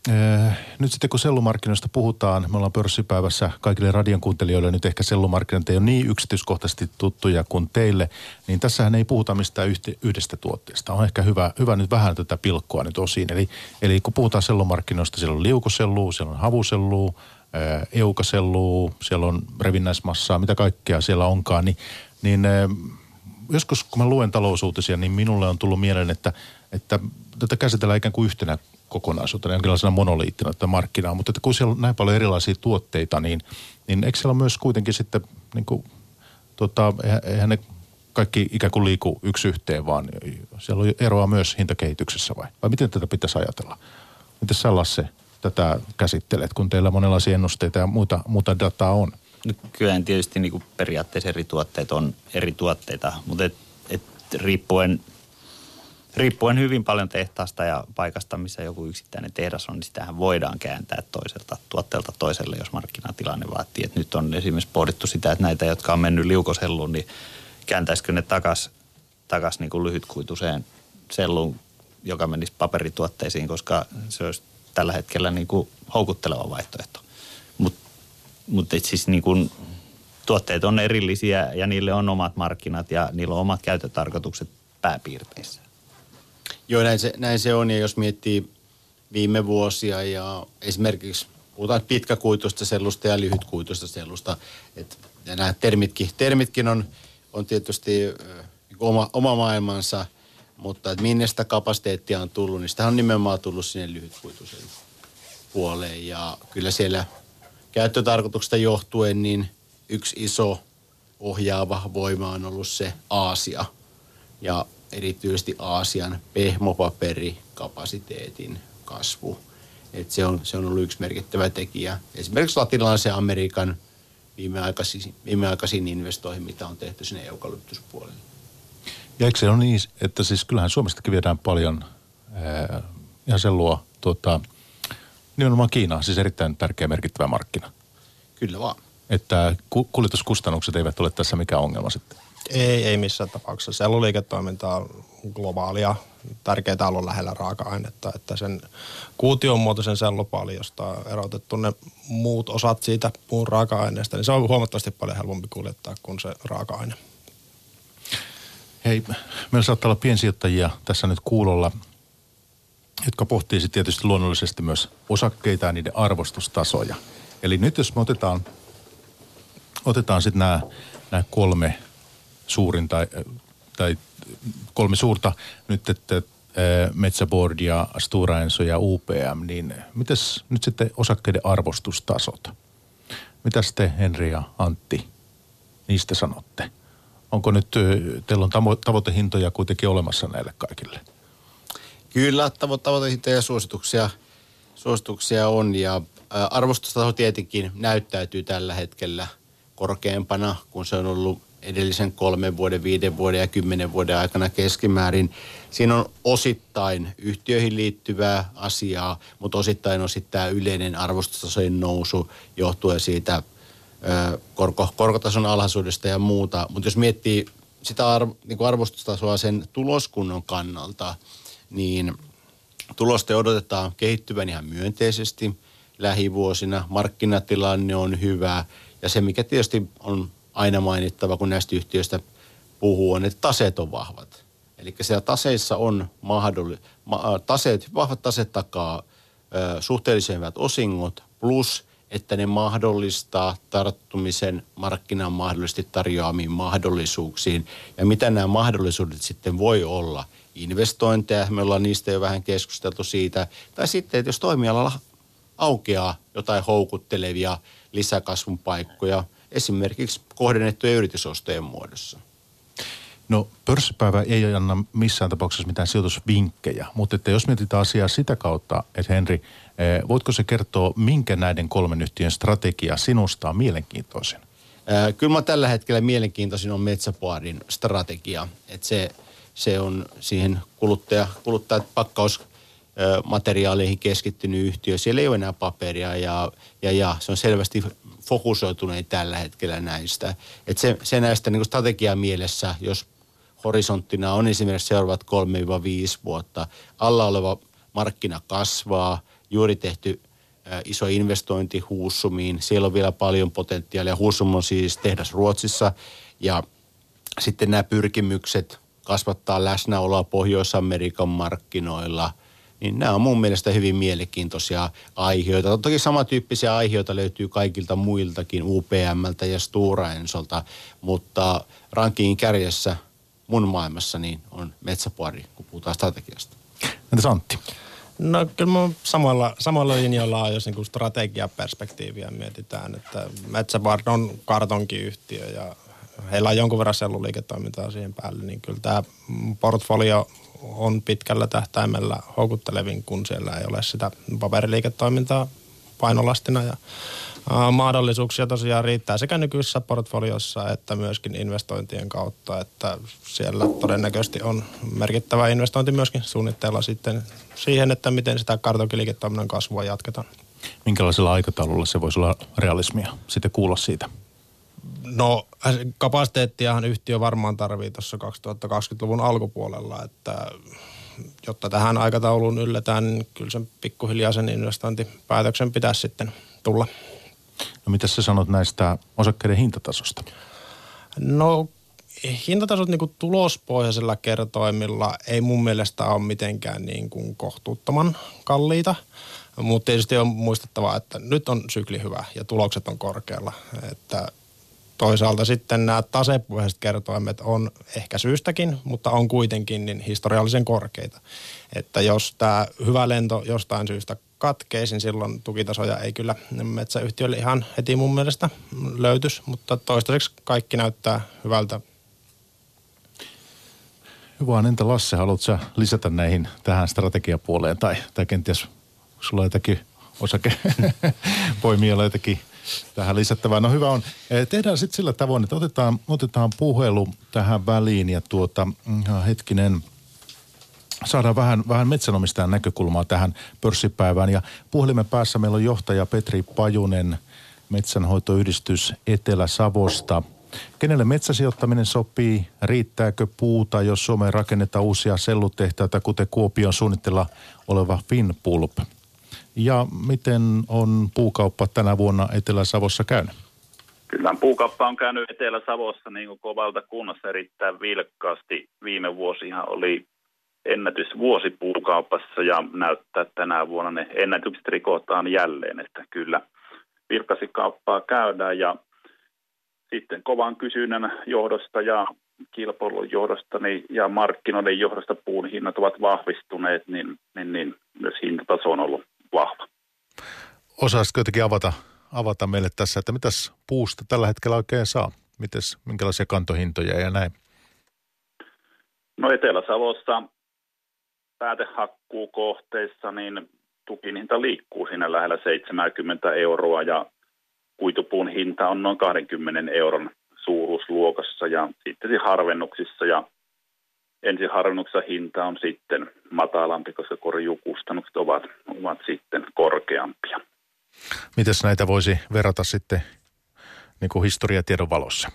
Speaker 3: nyt sitten kun sellumarkkinoista puhutaan, me ollaan pörssipäivässä kaikille radion kuuntelijoille, nyt ehkä sellumarkkinat ei ole niin yksityiskohtaisesti tuttuja kuin teille, niin tässähän ei puhuta mistään yhdestä tuotteesta. On ehkä hyvä, hyvä nyt vähän tätä pilkkoa nyt osiin. Eli, eli kun puhutaan sellumarkkinoista, siellä on liukosellua, siellä on havusellua, eukasellua, siellä on revinnäismassaa, mitä kaikkea siellä onkaan, niin, niin joskus kun mä luen talousuutisia, niin minulle on tullut mieleen, että, että tätä käsitellään ikään kuin yhtenä kokonaisuutena, jonkinlaisena monoliittina tätä markkinaa, mutta että kun siellä on näin paljon erilaisia tuotteita, niin, niin eikö siellä ole myös kuitenkin sitten, niin kuin, tota, eihän ne kaikki ikään kuin liiku yksi yhteen, vaan siellä on eroa myös hintakehityksessä vai? Vai miten tätä pitäisi ajatella? Miten sä, Lasse, tätä käsittelet, kun teillä monenlaisia ennusteita ja muuta, muuta dataa on?
Speaker 2: No, kyllähän tietysti niin kuin periaatteessa eri tuotteet on eri tuotteita, mutta et, et riippuen, riippuen hyvin paljon tehtaasta ja paikasta, missä joku yksittäinen tehdas on, niin sitähän voidaan kääntää toiselta tuotteelta toiselle, jos markkinatilanne vaatii. Et nyt on esimerkiksi pohdittu sitä, että näitä, jotka on mennyt liukoselluun, niin kääntäisikö ne takas, takas niin kuin lyhytkuituseen selluun, joka menisi paperituotteisiin, koska se olisi tällä hetkellä niin kuin houkutteleva vaihtoehto. Mutta mut siis niin kuin tuotteet on erillisiä ja niille on omat markkinat ja niillä on omat käyttötarkoitukset pääpiirteissä.
Speaker 4: Joo, näin se, näin se on. Ja jos miettii viime vuosia ja esimerkiksi puhutaan pitkäkuituista sellusta ja lyhytkuituista sellusta, et, ja nämä termitkin, termitkin on, on tietysti äh, oma, oma maailmansa, mutta että minne sitä kapasiteettia on tullut, niin sitä on nimenomaan tullut sinne lyhytkuituisen puoleen. Ja kyllä siellä käyttötarkoituksesta johtuen niin yksi iso ohjaava voima on ollut se Aasia ja erityisesti Aasian pehmopaperikapasiteetin kasvu. Et se, on, se on ollut yksi merkittävä tekijä. Esimerkiksi latinalaisen Amerikan viimeaikaisiin, viimeaikaisiin investoihin, mitä on tehty sinne eukalyptuspuolelle.
Speaker 3: Ja eikö se ole niin, että siis kyllähän Suomestakin viedään paljon ää, ihan sellua tuota, nimenomaan Kiinaan, siis erittäin tärkeä merkittävä markkina.
Speaker 4: Kyllä vaan.
Speaker 3: Että kuljetuskustannukset eivät ole tässä mikään ongelma sitten.
Speaker 5: Ei, ei missään tapauksessa. Selluliiketoiminta on globaalia. Tärkeää on lähellä raaka-ainetta, että sen kuution muotoisen sellupaalin, josta on erotettu ne muut osat siitä puun raaka-aineesta, niin se on huomattavasti paljon helpompi kuljettaa kuin se raaka-aine.
Speaker 3: Hei, meillä saattaa olla piensijoittajia tässä nyt kuulolla, jotka pohtii sitten tietysti luonnollisesti myös osakkeita ja niiden arvostustasoja. Eli nyt jos me otetaan, otetaan sitten nämä, nämä kolme suurinta, tai kolme suurta nyt, että Metsä Board ja Stora Enso ja U P M, niin mitäs nyt sitten osakkeiden arvostustasot? Mitäs te, Henri ja Antti, niistä sanotte? Onko nyt, teillä on tavoitehintoja kuitenkin olemassa näille kaikille?
Speaker 4: Kyllä, tavo- tavoitehintoja ja suosituksia, suosituksia on ja arvostustaso tietenkin näyttäytyy tällä hetkellä korkeampana, kun se on ollut edellisen kolmen vuoden, viiden vuoden ja kymmenen vuoden aikana keskimäärin. Siinä on osittain yhtiöihin liittyvää asiaa, mutta osittain on sitten tämä yleinen arvostustasojen nousu johtuen siitä ö, korko, korkotason alhaisuudesta ja muuta. Mutta jos miettii sitä arvo, niin kuin arvostustasoa sen tuloskunnon kannalta, niin tulosten odotetaan kehittyvän ihan myönteisesti lähivuosina. Markkinatilanne on hyvä ja se, mikä tietysti on aina mainittava, kun näistä yhtiöistä puhuu, on, että taseet on vahvat. Eli siellä taseissa on mahdollista, taseet, vahvat taseet takaa ö, suhteellisen hyvät osingot, plus että ne mahdollistaa tarttumisen markkinan mahdollisesti tarjoamiin mahdollisuuksiin. Ja mitä nämä mahdollisuudet sitten voi olla? Investointeja, me ollaan niistä jo vähän keskusteltu siitä. Tai sitten, että jos toimialalla aukeaa jotain houkuttelevia lisäkasvun paikkoja, esimerkiksi kohdennettujen yritysostojen muodossa.
Speaker 3: No pörssipäivä ei anna missään tapauksessa mitään sijoitusvinkkejä, mutta että jos mietitään asiaa sitä kautta, että Henri, voitko se kertoa, minkä näiden kolmen yhtiön strategia sinusta on mielenkiintoisin?
Speaker 4: Ää, kyllä mä tällä hetkellä mielenkiintoisin on Metsä-Boardin strategia, että se, se on siihen kuluttaja, kuluttajat pakkausmateriaaleihin keskittynyt yhtiö. Siellä ei ole enää paperia ja, ja, ja se on selvästi fokusoituneet tällä hetkellä näistä. Että se, se näistä niin kuin strategian mielessä, jos horisonttina on esimerkiksi seuraavat kolme viisi vuotta, alla oleva markkina kasvaa, juuri tehty ä, iso investointi Husummiin, siellä on vielä paljon potentiaalia. Husum on siis tehdas Ruotsissa ja sitten nämä pyrkimykset kasvattaa läsnäoloa Pohjois-Amerikan markkinoilla, niin nämä on mun mielestä hyvin mielenkiintoisia aiheita. Toki samantyyppisiä aiheita löytyy kaikilta muiltakin, U P M:ltä ja Stora Ensolta, mutta rankingin kärjessä mun maailmassa niin on Metsä-Board, kun puhutaan strategiasta.
Speaker 3: Entäs Antti?
Speaker 5: No kyllä mä samalla, samalla linjalla jos niin kuin strategiaperspektiiviä mietitään, että Metsä-Board on kartonkiyhtiö ja heillä on jonkun verran selluliiketoimintaa siihen päälle, niin kyllä tämä portfolio on pitkällä tähtäimellä houkuttelevin, kun siellä ei ole sitä paperiliiketoimintaa painolastina ja ää, mahdollisuuksia tosiaan riittää sekä nykyisessä portfoliossa että myöskin investointien kautta, että siellä todennäköisesti on merkittävä investointi myöskin suunnitteilla sitten siihen, että miten sitä kartonkiliiketoiminnan kasvua jatketaan.
Speaker 3: Minkälaisella aikataululla se voisi olla realismia sitten kuulla siitä?
Speaker 5: No kapasiteettiahan yhtiö varmaan tarvii tuossa kaksituhattakaksikymmentäluvun alkupuolella, että jotta tähän aikatauluun ylletään, niin kyllä sen pikkuhiljaa sen investointipäätöksen pitäisi sitten tulla.
Speaker 3: No mitä sä sanot näistä osakkeiden hintatasosta?
Speaker 5: No hintatasot niin kuin tulospohjaisilla kertoimilla ei mun mielestä ole mitenkään niin kuin kohtuuttoman kalliita. Mutta tietysti on muistettava, että nyt on sykli hyvä ja tulokset on korkealla. Että toisaalta sitten nämä tasepohjaiset kertoimet on ehkä syystäkin, mutta on kuitenkin niin historiallisen korkeita. Että jos tämä hyvä lento jostain syystä katkeisi, niin silloin tukitasoja ei kyllä metsäyhtiölle ihan heti mun mielestä löytyisi, mutta toistaiseksi kaikki näyttää hyvältä.
Speaker 3: Hyvä, entä Lasse, haluatko sä lisätä näihin tähän strategiapuoleen tai, tai kenties sulla on jotakin osakepoimijoilla jotakin tähän lisättävää? No hyvä on. Tehdään sitten sillä tavoin, että otetaan, otetaan puhelu tähän väliin ja tuota, hetkinen, saadaan vähän, vähän metsänomistajan näkökulmaa tähän pörssipäivään. Ja puhelimen päässä meillä on johtaja Petri Pajunen, metsänhoitoyhdistys Etelä-Savosta. Kenelle metsäsijoittaminen sopii? Riittääkö puuta, jos Suomeen rakennetaan uusia sellutehtaita, kuten Kuopion suunnitella oleva Finnpulp? Ja miten on puukauppa tänä vuonna Etelä-Savossa käynyt?
Speaker 6: Kyllä puukauppa on käynyt Etelä-Savossa niin kuin kovalta kunnassa erittäin vilkkaasti. Viime vuosihan oli ennätysvuosi puukaupassa ja näyttää, että tänä vuonna ne ennätykset rikotaan jälleen. Että kyllä vilkkaasti kauppaa käydään ja sitten kovan kysynnän johdosta ja kilpailun johdosta niin, ja markkinoiden johdosta puun hinnat ovat vahvistuneet, niin, niin, niin myös hintataso on ollut vahva.
Speaker 3: Osaisitko jotenkin avata, avata meille tässä, että mitäs puusta tällä hetkellä oikein saa? Mites, minkälaisia kantohintoja ja näin?
Speaker 6: No Etelä-Savossa päätehakkuukohteissa niin tukin hinta liikkuu siinä lähellä seitsemänkymmentä euroa ja kuitupuun hinta on noin kaksikymmentä euron suuruusluokassa ja sitten harvennuksissa ja ensiharvennuksessa hinta on sitten matalampi, koska korjuukustannukset ovat, ovat sitten korkeampia.
Speaker 3: Mites näitä voisi verrata sitten niin kuin historiatiedon valossa?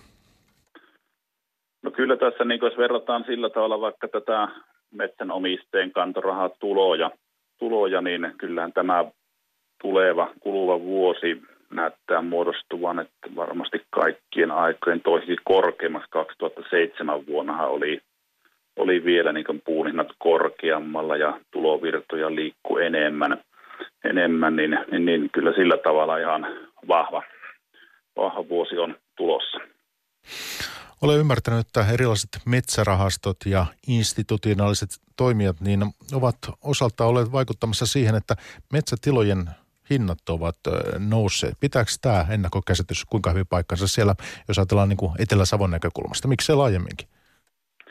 Speaker 6: No kyllä tässä, niin jos verrataan sillä tavalla vaikka tätä metsänomistajien kantorahatuloja, tuloja, niin kyllähän tämä tuleva, kuluva vuosi näyttää muodostuvan, että varmasti kaikkien aikojen toiseksi korkeammaksi. kaksituhattaseitsemän vuonnahan oli, oli vielä niin kuin puun hinnat korkeammalla ja tulovirtoja liikkuu enemmän, enemmän niin, niin, niin kyllä sillä tavalla ihan vahva, vahva vuosi on tulossa.
Speaker 3: Olen ymmärtänyt, että erilaiset metsärahastot ja institutionaaliset toimijat niin ovat osaltaan olleet vaikuttamassa siihen, että metsätilojen hinnat ovat nousseet. Pitääkö tämä ennakkokäsitys kuinka hyvin paikkansa siellä, jos ajatellaan niin kuin Etelä-Savon näkökulmasta? Miksi se laajemminkin?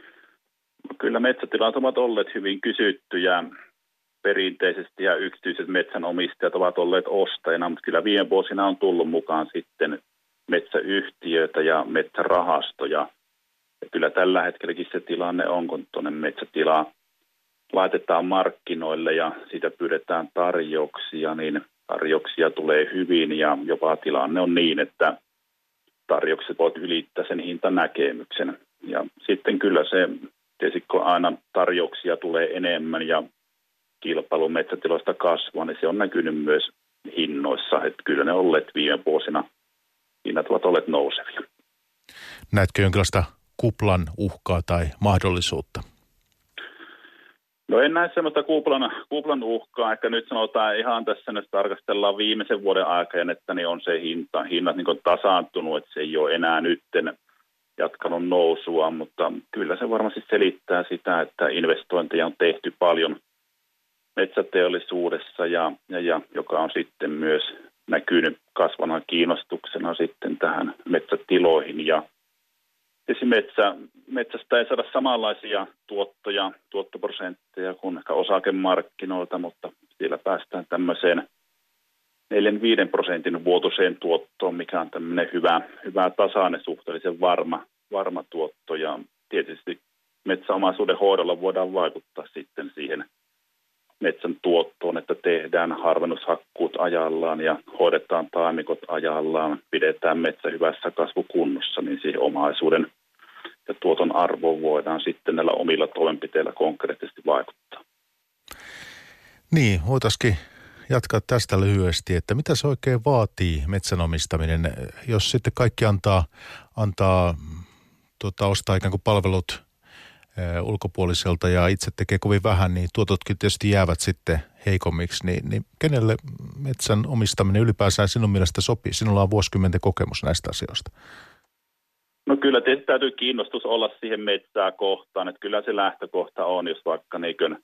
Speaker 6: kyllä metsätilat ovat olleet hyvin kysyttyjä. Perinteisesti ja yksityiset metsänomistajat ovat olleet ostajina, mutta kyllä viime vuosina on tullut mukaan sitten metsäyhtiöitä ja metsärahastoja. Ja kyllä tällä hetkelläkin se tilanne on, kun tuonne metsätilaa laitetaan markkinoille ja siitä pyydetään tarjouksia, niin tarjouksia tulee hyvin ja jopa tilanne on niin, että tarjoukset voivat ylittää sen hintanäkemyksen. Ja sitten kyllä se, tietysti kun aina tarjouksia tulee enemmän ja kilpailu metsätiloista kasvaa, niin se on näkynyt myös hinnoissa. Että kyllä ne olleet viime vuosina, hinnat ovat olleet nousevia.
Speaker 3: Näetkö jonkinlaista kuplan uhkaa tai mahdollisuutta?
Speaker 6: No en näe sellaista kuplan, kuplan uhkaa. Ehkä nyt sanotaan ihan tässä, jos tarkastellaan viimeisen vuoden aikana, että niin on se hinta, hinnat niin kuin tasaantunut, että se ei ole enää nytten jatkanut nousua, mutta kyllä se varmasti selittää sitä, että investointeja on tehty paljon metsäteollisuudessa ja, ja, ja joka on sitten myös näkynyt kasvana kiinnostuksena sitten tähän metsätiloihin ja metsä, metsästä ei saada samanlaisia tuottoja, tuottoprosentteja kuin ehkä osakemarkkinoilta, mutta siellä päästään tämmöiseen neljä viisi prosentin vuotuiseen tuottoon, mikä on tämmöinen hyvä, hyvä tasainen, suhteellisen varma, varma tuotto. Ja tietysti metsäomaisuuden hoidolla voidaan vaikuttaa sitten siihen metsän tuottoon, että tehdään harvennushakkuut ajallaan ja hoidetaan taimikot ajallaan, pidetään metsä hyvässä kasvukunnossa, niin siihen omaisuuden ja tuoton arvoon voidaan sitten näillä omilla toimenpiteillä konkreettisesti vaikuttaa.
Speaker 3: Niin, voitaisiin jatkaa tästä lyhyesti, että mitä se oikein vaatii metsänomistaminen, jos sitten kaikki antaa, antaa tuota, ostaa ikään kuin palvelut ä, ulkopuoliselta ja itse tekee kovin vähän, niin tuototkin tietysti jäävät sitten heikommiksi, niin, niin kenelle metsän omistaminen ylipäänsä sinun mielestä sopii? Sinulla on vuosikymmenten kokemus näistä asioista.
Speaker 6: No kyllä tietysti täytyy kiinnostus olla siihen metsää kohtaan, että kyllä se lähtökohta on, jos vaikka niin kuin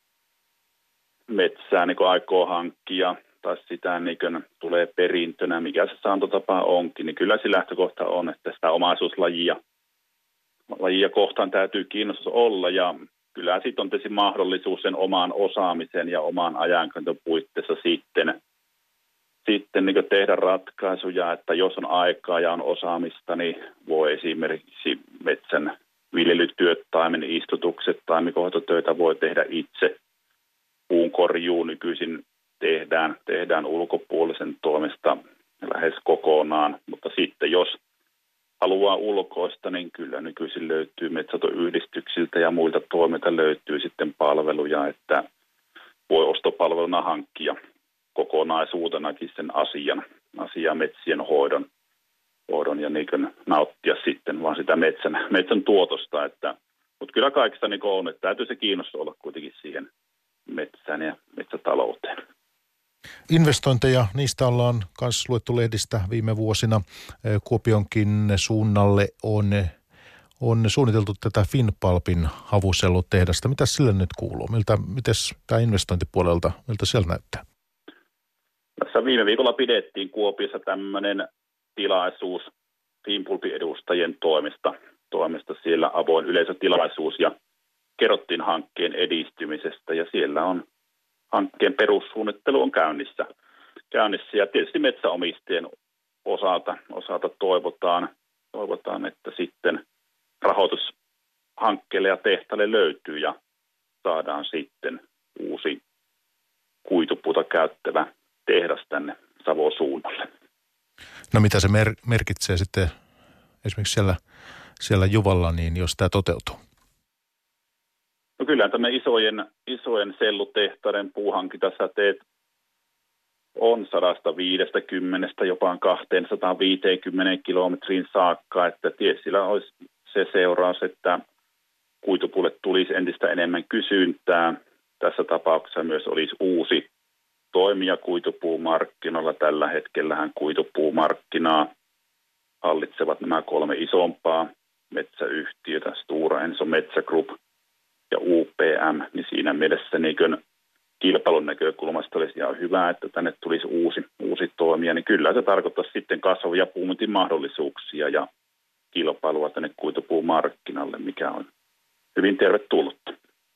Speaker 6: metsää niin kuin aikoo hankkia tai sitä niin kuin tulee perintönä, mikä se saantotapa onkin, niin kyllä se lähtökohta on, että sitä omaisuuslajia lajia kohtaan täytyy kiinnostus olla ja kyllä sitten on tietysti mahdollisuus sen omaan osaamisen ja omaan ajankäytön puitteissa sitten, sitten niin kuin tehdä ratkaisuja, että jos on aikaa ja on osaamista, niin voi esimerkiksi metsän viljelytyöt, taimen istutukset, taimikohoitotöitä voi tehdä itse. Puun korjuu nykyisin tehdään, tehdään ulkopuolisen toimesta lähes kokonaan, mutta sitten jos haluaa ulkoista, niin kyllä nykyisin löytyy metsätoyhdistyksiltä ja muilta toimilta löytyy sitten palveluja, että voi ostopalveluna hankkia kokonaisuutenakin sen asian, asian metsien hoidon, hoidon ja niin kuin nauttia sitten vaan sitä metsän, metsän tuotosta. Että, mutta kyllä kaikista niin on, että täytyy se kiinnostaa olla kuitenkin siihen metsään ja metsätalouteen.
Speaker 3: Investointeja, niistä ollaan myös luettu lehdistä viime vuosina. Kuopionkin suunnalle on, on suunniteltu tätä Finnpulpin havusellutehdasta. Mitä sille nyt kuuluu? Miltä, mites tämä investointipuolelta, miltä siellä näyttää?
Speaker 6: Tässä viime viikolla pidettiin Kuopiossa tämmöinen tilaisuus Finnpulpin edustajien toimesta. toimesta siellä avoin yleisötilaisuus ja kerrottiin hankkeen edistymisestä ja siellä on hankkeen perussuunnittelu on käynnissä. käynnissä ja tietysti metsäomistajien osalta, osalta toivotaan, toivotaan, että sitten rahoitus hankkeelle ja tehtaalle löytyy ja saadaan sitten uusi kuitupuuta käyttävä tehdas tänne Savon suunnalle.
Speaker 3: No mitä se mer- merkitsee sitten esimerkiksi siellä, siellä Juvalla, niin jos tämä toteutuu?
Speaker 6: No kyllä tämmöinen isojen, isojen sellutehtaiden puuhankintasäteet on sata viisikymmentä jopa kaksisataaviisikymmentä kilometrin saakka, että tietysti sillä olisi se seuraus, että kuitupuulle tulisi entistä enemmän kysyntää. Tässä tapauksessa myös olisi uusi toimija kuitupuumarkkinoilla. Tällä hetkellähän kuitupuumarkkinaa hallitsevat nämä kolme isompaa metsäyhtiötä, Stora Enso, Metsä Group ja U P M, niin siinä mielessä niin kilpailun näkökulmasta olisi ihan hyvä, että tänne tulisi uusi, uusi toimija, niin kyllä se tarkoittaa sitten kasvavia puumintin mahdollisuuksia ja kilpailua tänne kuitupuumarkkinalle, mikä on hyvin tervetullutta.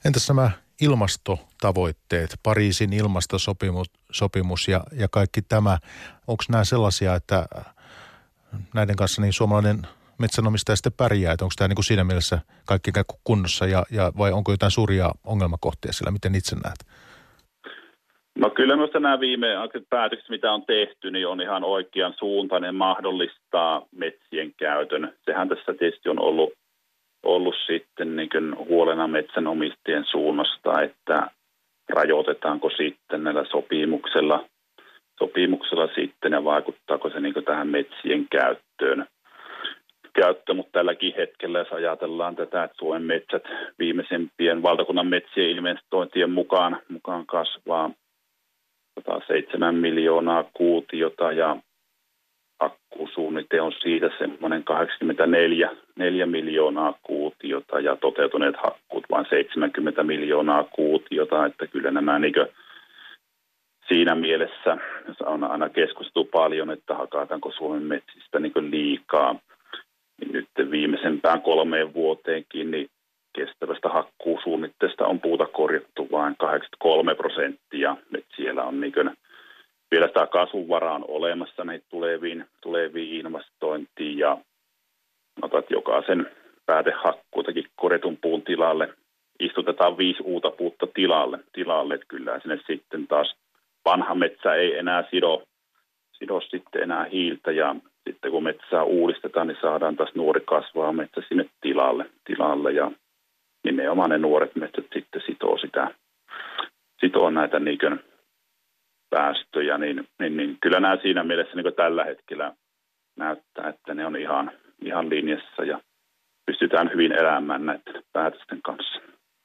Speaker 3: Entäs nämä ilmastotavoitteet, Pariisin ilmastosopimus sopimus ja, ja kaikki tämä, onko nämä sellaisia, että näiden kanssa niin suomalainen metsänomistaja sitten pärjää, että onko tämä niin kuin siinä mielessä kaikki kunnossa ja, ja vai onko jotain suuria ongelmakohtia siellä, miten itse näet?
Speaker 6: No kyllä minusta nämä viimeaikaiset päätökset, mitä on tehty, niin on ihan oikean suuntainen, mahdollistaa metsien käytön. Sehän tässä tietysti on ollut, ollut sitten niin kuin huolena metsänomistajien suunnasta, että rajoitetaanko sitten näillä sopimuksella, sopimuksella sitten ja vaikuttaako se niin kuin tähän metsien käyttöön. Käyttö, mutta tälläkin hetkellä, jos ajatellaan tätä, että Suomen metsät viimeisempien valtakunnan metsien investointien mukaan, mukaan kasvaa sata seitsemän miljoonaa kuutiota ja hakkuusuunnite on siitä semmoinen kahdeksankymmentäneljä miljoonaa kuutiota ja toteutuneet hakkuut vain seitsemänkymmentä miljoonaa kuutiota, että kyllä nämä niin siinä mielessä on aina keskusteltu paljon, että hakataanko Suomen metsistä niin liikaa. Niin nyt viimeisempään kolmeen vuoteenkin niin kestävästä hakkuusuunnitteesta on puuta korjattu vain kahdeksankymmentäkolme prosenttia. Nyt siellä on niin kuin, vielä sitä kasvunvaraa on olemassa näihin tuleviin, tuleviin investointiin ja otat jokaisen päätehakkuutakin korjatun puun tilalle. Istutetaan viisi uutta puutta tilalle, tilalle. Että kyllä sinne sitten taas vanha metsä ei enää sido, sido sitten enää hiiltä ja sitten kun metsää uudistetaan, niin saadaan taas nuori kasvaa metsä sinne tilalle, tilalle ja nimenomaan ne nuoret metsät sitten sitoo sitä, sitoo näitä niin kuin päästöjä, niin, niin, niin kyllä nämä siinä mielessä niin kuin tällä hetkellä näyttää, että ne on ihan, ihan linjassa ja pystytään hyvin elämään näiden päätösten kanssa.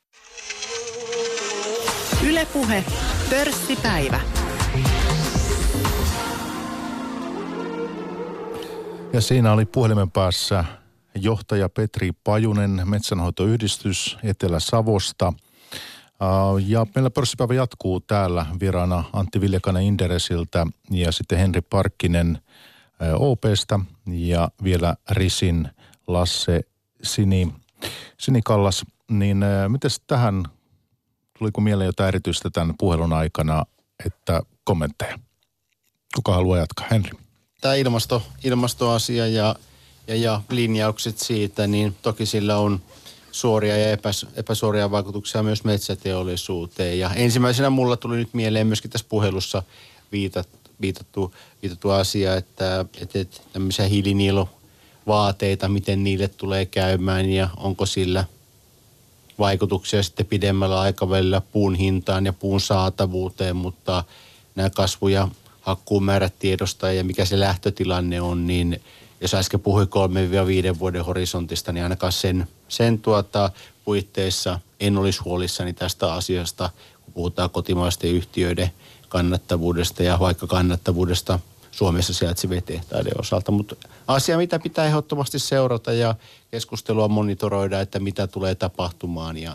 Speaker 1: Yle Puhe, pörssipäivä.
Speaker 3: Ja siinä oli puhelimen päässä johtaja Petri Pajunen, Metsänhoitoyhdistys Etelä-Savosta. Ja meillä pörssipäivä jatkuu täällä vieraana Antti Viljakainen Inderesiltä ja sitten Henri Parkkinen O P:stä ja vielä Risin Lasse Sini, Sinikallas. Niin mites tähän, tuliko mieleen jotain erityistä tämän puhelun aikana, että kommentteja? Kuka haluaa jatkaa? Henri.
Speaker 4: Tämä ilmasto, ilmastoasia ja, ja, ja linjaukset siitä, niin toki sillä on suoria ja epäs, epäsuoria vaikutuksia myös metsäteollisuuteen. Ja ensimmäisenä mulla tuli nyt mieleen myöskin tässä puhelussa viitat, viitattu, viitattu asia, että, että tämmöisiä hiilinieluvaateita, miten niille tulee käymään ja onko sillä vaikutuksia sitten pidemmällä aikavälillä puun hintaan ja puun saatavuuteen, mutta nämä kasvu- ja hakkuumäärät tiedostaa ja mikä se lähtötilanne on, niin jos äsken puhui kolme viiden vuoden horisontista, niin ainakaan sen, sen tuota, puitteissa en olisi huolissani tästä asiasta, kun puhutaan kotimaisten yhtiöiden kannattavuudesta ja vaikka kannattavuudesta Suomessa sijaitsevien tehtaiden osalta. Mutta asia, mitä pitää ehdottomasti seurata ja keskustelua monitoroida, että mitä tulee tapahtumaan. Ja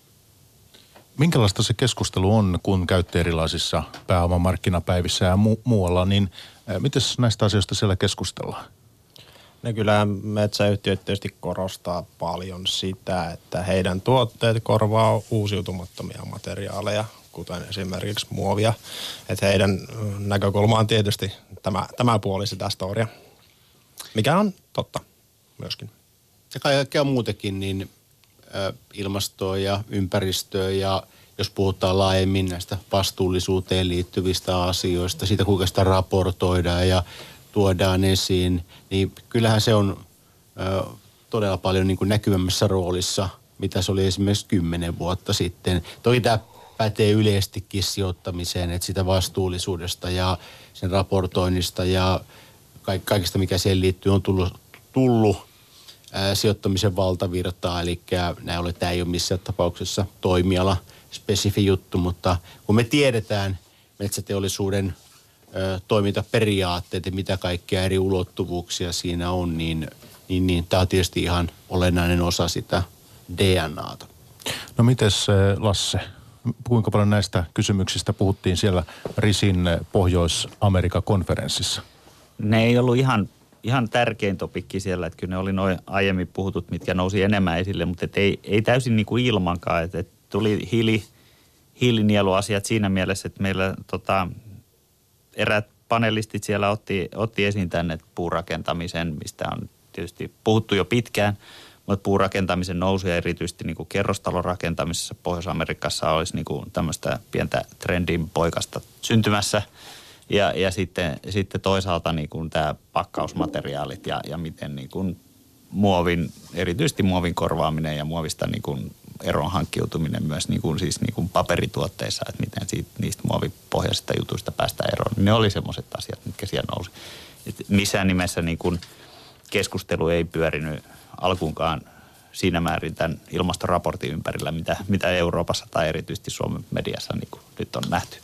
Speaker 3: minkälaista se keskustelu on, kun käytte erilaisissa pääomamarkkinapäivissä ja mu- muualla, niin miten näistä asioista siellä keskustellaan?
Speaker 5: No kyllähän metsäyhtiöt tietysti korostaa paljon sitä, että heidän tuotteet korvaa uusiutumattomia materiaaleja, kuten esimerkiksi muovia. Että heidän näkökulma on tietysti tämä, tämä puoli sitä storia, mikä on totta myöskin.
Speaker 4: Ja kaikkea muutenkin, niin ä, ilmastoa ja ympäristöä ja jos puhutaan laajemmin näistä vastuullisuuteen liittyvistä asioista, siitä kuinka sitä raportoidaan ja tuodaan esiin, niin kyllähän se on ö, todella paljon niin kuin näkyvämmässä roolissa, mitä se oli esimerkiksi kymmenen vuotta sitten. Toki tämä pätee yleistikin sijoittamiseen, että sitä vastuullisuudesta ja sen raportoinnista ja kaikista, mikä siihen liittyy, on tullut, tullut ää, sijoittamisen valtavirtaa. Eli näin ollen, tämä ei ole missään tapauksessa toimiala spesifi juttu, mutta kun me tiedetään metsäteollisuuden toimintaperiaatteet ja mitä kaikkea eri ulottuvuuksia siinä on, niin, niin, niin tämä on tietysti ihan olennainen osa sitä D N A:ta.
Speaker 3: No mites Lasse, kuinka paljon näistä kysymyksistä puhuttiin siellä Risin Pohjois-Amerikan konferenssissa?
Speaker 2: Ne ei ollut ihan, ihan tärkein topikki siellä, että kyllä ne oli noin aiemmin puhutut, mitkä nousi enemmän esille, mutta et ei, ei täysin niin kuin ilmankaan, että et tuli hiili, hiilinieluasiat siinä mielessä, että meillä tota, eräät panelistit siellä otti, otti esiin tänne puurakentamisen, mistä on tietysti puhuttu jo pitkään, mutta puurakentamisen nousu ja erityisesti niin kuin kerrostalorakentamisessa Pohjois-Amerikassa olisi niin kuin tämmöistä pientä trendin poikasta syntymässä. Ja, ja sitten, sitten toisaalta niin kuin tämä pakkausmateriaalit ja, ja miten niin kuin muovin, erityisesti muovin korvaaminen ja muovista niin kuin eron hankkiutuminen myös niin kuin, siis niin kuin paperituotteissa, että miten siitä, niistä muovipohjaisista jutuista päästään eroon. Ne oli semmoiset asiat, mitkä siellä nousi. Et missään nimessä niin kuin keskustelu ei pyörinyt alkuunkaan siinä määrin tämän ilmastoraportin ympärillä, mitä, mitä Euroopassa tai erityisesti Suomen mediassa niin kuin nyt on nähty.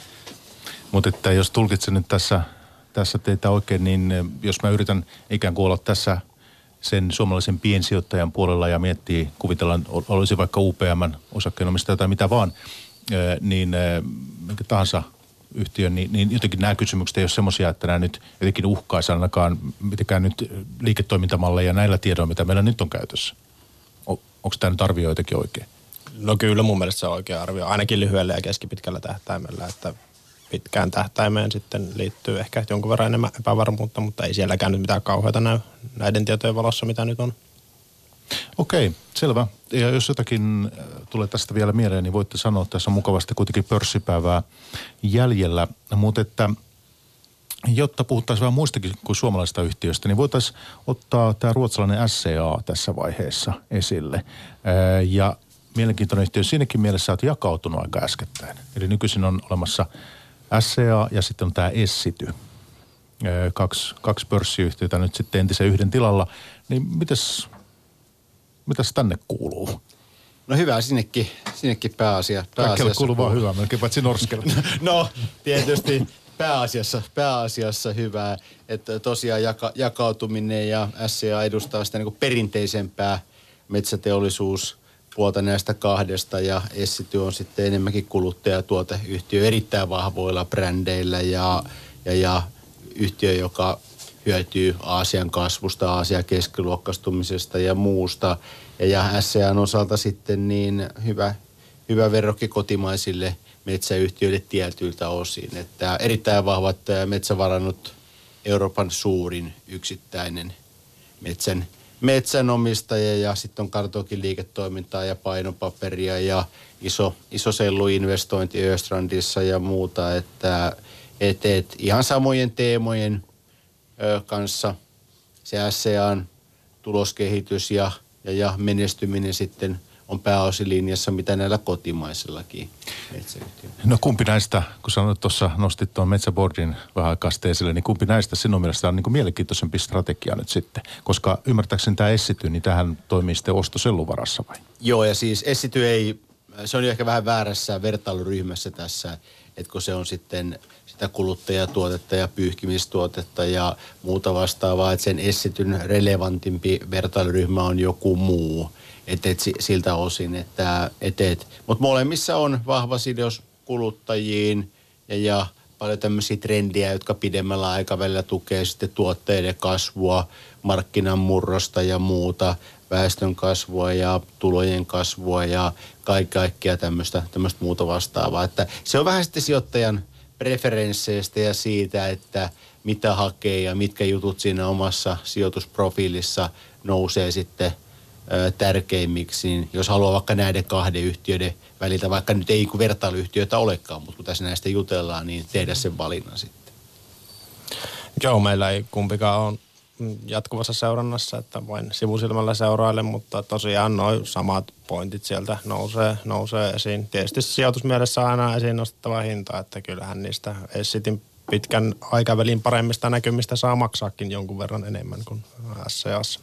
Speaker 3: Mutta että jos tulkitsen nyt tässä, tässä teitä oikein, niin jos mä yritän ikään kuin olla tässä sen suomalaisen piensijoittajan puolella ja miettii, kuvitellaan, olisi vaikka U P M:n osakkeenomistaja tai mitä vaan, niin minkä tahansa yhtiön, niin, niin jotenkin nämä kysymykset ei ole semmoisia, että nämä nyt jotenkin uhkaisi ainakaan mitenkään nyt liiketoimintamalleja näillä tiedoilla, mitä meillä nyt on käytössä. O, onko tämä nyt arvio jotenkin oikein?
Speaker 5: No kyllä mun mielestä se on oikea arvio, ainakin lyhyellä ja keskipitkällä tähtäimellä, että pitkään tähtäimeen sitten liittyy ehkä jonkun verran enemmän epävarmuutta, mutta ei sielläkään nyt mitään kauheata näy näiden tietojen valossa, mitä nyt on.
Speaker 3: Okei, selvä. Ja jos jotakin tulee tästä vielä mieleen, niin voitte sanoa, että tässä on mukavasti kuitenkin pörssipäivää jäljellä. Mutta että jotta puhuttaisiin vähän muistakin kuin suomalaisista yhtiöistä, niin voitaisiin ottaa tämä ruotsalainen S C A tässä vaiheessa esille. Ja mielenkiintoinen yhtiö siinäkin mielessä on jakautunut aika äskettäin. Eli nykyisin on olemassa S C A ja sitten on tämä Essity. Kaksi, kaksi pörssiyhtiötä nyt sitten entisen yhden tilalla. Niin mitäs, mitäs tänne kuuluu?
Speaker 4: No hyvä, sinnekin, sinnekin pääasia.
Speaker 3: Kaikille kuuluu vaan hyvää, melkein paitsi Norskella.
Speaker 4: No tietysti pääasiassa, pääasiassa hyvää, että tosiaan jaka, jakautuminen ja S C A edustaa sitä niin kuin perinteisempää metsäteollisuus puolta näistä kahdesta ja Essity on sitten enemmänkin kuluttajatuoteyhtiö erittäin vahvoilla brändeillä ja, ja, ja yhtiö, joka hyötyy Aasian kasvusta, Aasian keskiluokkaistumisesta ja muusta. Ja, ja S C A:n osalta sitten niin hyvä, hyvä verrokki kotimaisille metsäyhtiöille tietyiltä osin. Että erittäin vahvat metsävarannut, Euroopan suurin yksittäinen metsän metsänomistaja ja sitten on kartokin liiketoimintaa ja painopaperia ja iso, iso selluinvestointi Östrandissa ja muuta, että et, et ihan samojen teemojen ö, kanssa se S C A:n tuloskehitys ja, ja, ja menestyminen sitten on pääosilinjassa, mitä näillä kotimaisillakin metsäyhtiöillä.
Speaker 3: No kumpi näistä, kun sanoit tuossa, nostit tuon Metsäboardin vähän aikaa esille, niin kumpi näistä sinun mielestä on niin kuin mielenkiintoisempi strategia nyt sitten? Koska ymmärtääkseni tämä Essity, niin tähän toimii sitten ostoselluvarassa vai?
Speaker 4: Joo, ja siis Essity ei, se on jo ehkä vähän väärässä vertailuryhmässä tässä, että kun se on sitten sitä kuluttajatuotetta ja pyyhkimistuotetta ja muuta vastaavaa, että sen Essityn relevantimpi vertailuryhmä on joku muu. Et, et, siltä osin, että et, et. Mutta molemmissa on vahva sidos kuluttajiin ja, ja paljon tämmöisiä trendejä, jotka pidemmällä aikavälillä tukee sitten tuotteiden kasvua, markkinan murrosta ja muuta, väestön kasvua ja tulojen kasvua ja kaikkea tämmöistä, tämmöistä muuta vastaavaa. Että se on vähän sitten sijoittajan preferensseistä ja siitä, että mitä hakee ja mitkä jutut siinä omassa sijoitusprofiilissa nousee sitten tärkeimmiksi, niin jos haluaa vaikka näiden kahden yhtiöiden väliltä, vaikka nyt ei kun vertailuyhtiöitä olekaan, mutta kun tässä näistä jutellaan, niin tehdä sen valinnan sitten.
Speaker 5: Joo, meillä ei kumpikaan ole jatkuvassa seurannassa, että vain sivusilmällä seuraille, mutta tosiaan nuo samat pointit sieltä nousee, nousee esiin. Tietysti sijoitusmielessä on aina esiin nostettava hinta, että kyllähän niistä Essityn pitkän aikavälin paremmista näkymistä saa maksaakin jonkun verran enemmän kuin S C A:ssa.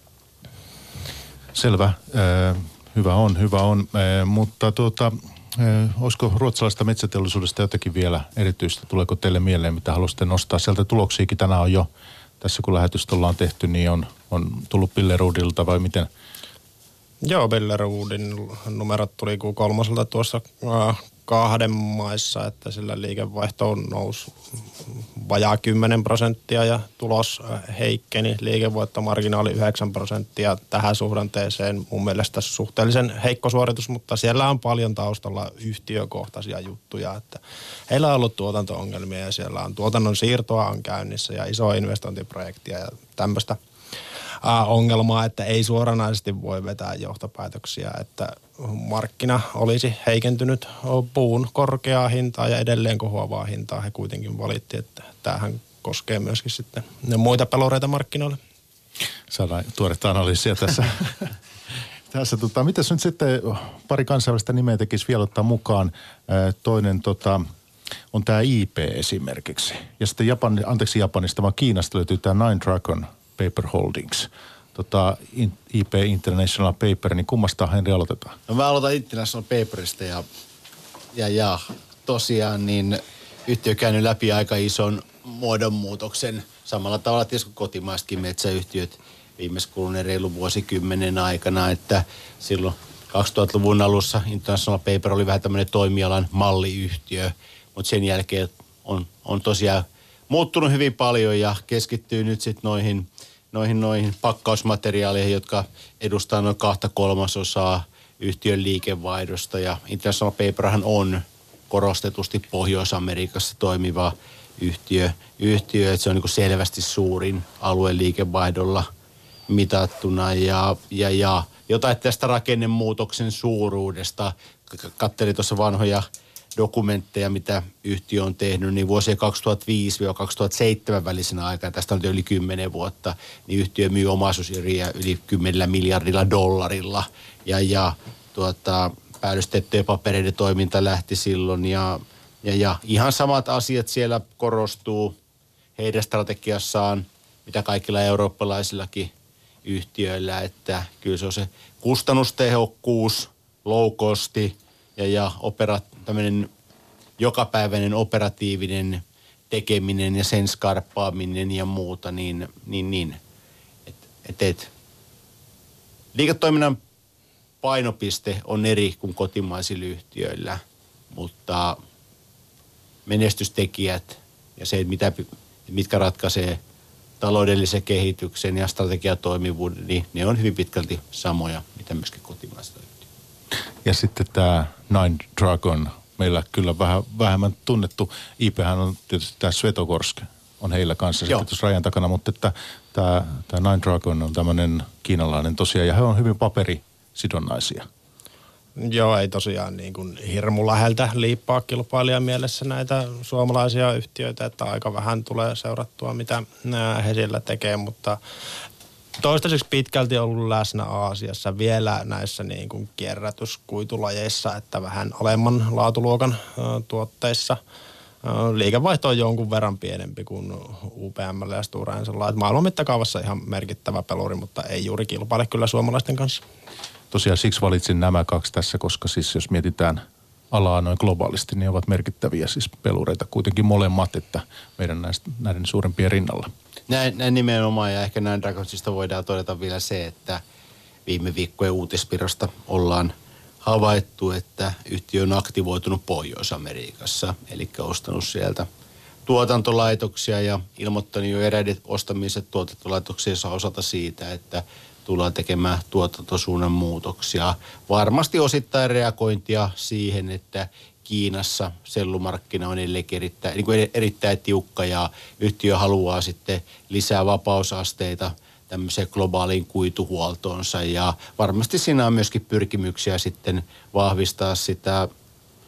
Speaker 3: Selvä. Hyvä on, hyvä on. Mutta tuota, olisiko ruotsalaisesta metsäteollisuudesta jotakin vielä erityistä? Tuleeko teille mieleen, mitä haluaisitte nostaa? Sieltä tuloksiakin tänään on jo, tässä kun lähetystä ollaan tehty, niin on, on tullut Billerudilta vai miten?
Speaker 5: Joo, Billerudin numerot tuli Q kolme tuossa kahden maissa, että sillä liikevaihto nousi vajaa kymmenen prosenttia ja tulos heikkeni, liikevoittomarginaali yhdeksän prosenttia tähän suhdanteeseen. Mun mielestä suhteellisen heikko suoritus, mutta siellä on paljon taustalla yhtiökohtaisia juttuja, että heillä on ollut tuotanto-ongelmia ja siellä on tuotannon siirtoa on käynnissä ja iso investointiprojektia ja tämmöistä ongelmaa, että ei suoranaisesti voi vetää johtopäätöksiä, että markkina olisi heikentynyt puun korkeaa hintaa ja edelleen kohoavaa hintaa. He kuitenkin valitti, että tämähän koskee myöskin sitten muita pelureita markkinoille.
Speaker 3: Saadaan tuoretta analyysiä tässä. tässä tota, mitäs nyt sitten pari kansainvälistä nimeä tekisi vielä ottaa mukaan? Toinen tota, on tämä I P esimerkiksi. Ja sitten Japan, anteeksi Japanista, vaan Kiinasta löytyy tämä Nine Dragon Paper Holdings. Tota, I P International Paper, niin kummasta Henri aloitetaan?
Speaker 4: No mä aloitan International Paperista ja, ja, ja tosiaan niin yhtiö käynyt läpi aika ison muodonmuutoksen samalla tavalla tietysti kuin kotimaisetkin metsäyhtiöt viimeis kuluneen reilun vuosikymmenen aikana, että silloin kaksituhattaluvun alussa International Paper oli vähän tämmöinen toimialan malliyhtiö, mutta sen jälkeen on, on tosiaan muuttunut hyvin paljon ja keskittyy nyt sitten noihin, noihin, noihin pakkausmateriaaleihin, jotka edustaa noin kahta kolmasosaa yhtiön liikevaihdosta. Ja International Paperhan on korostetusti Pohjois-Amerikassa toimiva yhtiö. yhtiö että se on niin kuin selvästi suurin alueen liikevaihdolla mitattuna. Ja, ja, ja jotain tästä rakennemuutoksen suuruudesta. Katselin tuossa vanhoja dokumentteja, mitä yhtiö on tehnyt, niin vuosien kaksituhattaviisi kaksituhattaseitsemän välisenä aikana, tästä on yli kymmenen vuotta, niin yhtiö myy omaisuuseriä yli kymmenellä miljardilla dollarilla. Ja, ja tuota, päällystettyjen papereiden toiminta lähti silloin. Ja, ja, ja ihan samat asiat siellä korostuu heidän strategiassaan, mitä kaikilla eurooppalaisillakin yhtiöillä, että kyllä se on se kustannustehokkuus, low costi ja, ja opera, tämmöinen jokapäiväinen operatiivinen tekeminen ja sen skarppaaminen ja muuta, niin, niin, niin. Et, et, et. Liiketoiminnan painopiste on eri kuin kotimaisilla yhtiöillä, mutta menestystekijät ja se, mitä, mitkä ratkaisee taloudellisen kehityksen ja strategiatoimivuuden, niin ne on hyvin pitkälti samoja, mitä myöskin kotimaisilla yhtiöillä.
Speaker 3: Ja sitten tämä Nine Dragon, meillä kyllä vähän vähemmän tunnettu. I P:hän on tietysti tämä Svetogorsk, on heillä kanssa sitten tuossa rajan takana, mutta että tämä, tämä Nine Dragon on tämmöinen kiinalainen tosiaan, ja he on hyvin paperisidonnaisia.
Speaker 5: Joo, ei tosiaan niin kuin hirmu läheltä liippaa kilpailijan mielessä näitä suomalaisia yhtiöitä, että aika vähän tulee seurattua, mitä he siellä tekee, mutta toistaiseksi pitkälti ollut läsnä Aasiassa vielä näissä niin kuin kierrätyskuitulajeissa, että vähän alemman laatuluokan ä, tuotteissa. Ä, liikevaihto on jonkun verran pienempi kuin U P M:llä ja Stora Ensolla. Maailman mittakaavassa ihan merkittävä peluri, mutta ei juuri kilpaile kyllä suomalaisten kanssa.
Speaker 3: Tosiaan siksi valitsin nämä kaksi tässä, koska siis jos mietitään alaa noin globaalisti, niin ovat merkittäviä siis pelureita kuitenkin molemmat, että meidän näistä, näiden suurempien rinnalla.
Speaker 4: Näin, näin nimenomaan, ja ehkä näin Dragonsista voidaan todeta vielä se, että viime viikkojen uutispirosta ollaan havaittu, että yhtiö on aktivoitunut Pohjois-Amerikassa, eli ostanut sieltä tuotantolaitoksia ja ilmoittanut jo eräiden ostamiset tuotantolaitoksiensa osalta siitä, että tullaan tekemään tuotantosuunnan muutoksia. Varmasti osittain reagointia siihen, että Kiinassa sellumarkkina on edelleen erittäin, niin kuin erittäin tiukka ja yhtiö haluaa sitten lisää vapausasteita tämmöiseen globaaliin kuituhuoltoonsa. Ja varmasti siinä on myöskin pyrkimyksiä sitten vahvistaa sitä ö,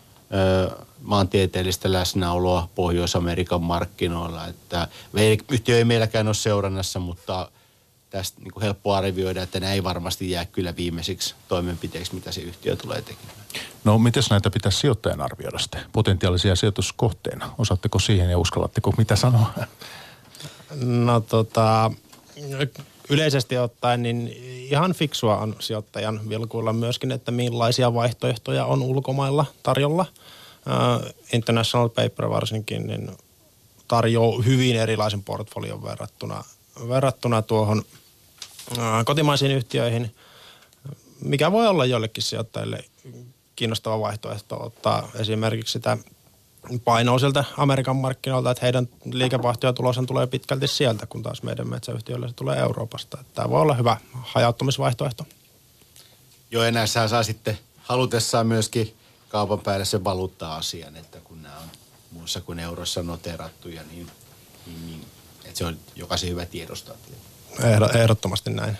Speaker 4: maantieteellistä läsnäoloa Pohjois-Amerikan markkinoilla. Että yhtiö ei meilläkään ole seurannassa, mutta tästä niin kuin helppo arvioida, että nämä ei varmasti jää kyllä viimeisiksi toimenpiteiksi, mitä se yhtiö tulee tekemään.
Speaker 3: No, miten näitä pitäisi sijoittajan arvioida sitten? Potentiaalisia sijoituskohteena. Osaatteko siihen ja uskallatteko mitä sanoa?
Speaker 5: No tota, yleisesti ottaen niin ihan fiksua on sijoittajan vilkuilla myöskin, että millaisia vaihtoehtoja on ulkomailla tarjolla. Uh, International Paper varsinkin niin tarjoaa hyvin erilaisen portfolion verrattuna verrattuna tuohon ää, kotimaisiin yhtiöihin, mikä voi olla joillekin sijoittajille kiinnostava vaihtoehto ottaa esimerkiksi sitä painoa sieltä Amerikan markkinoilta, että heidän liikevaihto ja tuloshan tulee pitkälti sieltä, kun taas meidän metsäyhtiöillä se tulee Euroopasta. Tämä voi olla hyvä hajauttamisvaihtoehto.
Speaker 4: Joo, ja näissähän saa sitten halutessaan myöskin kaupan päälle sen valuutta-asian, että kun nämä on muussa kuin eurossa noterattuja, niin, niin, niin että se on jokaisen hyvä tiedostaa.
Speaker 5: Ehdottomasti näin.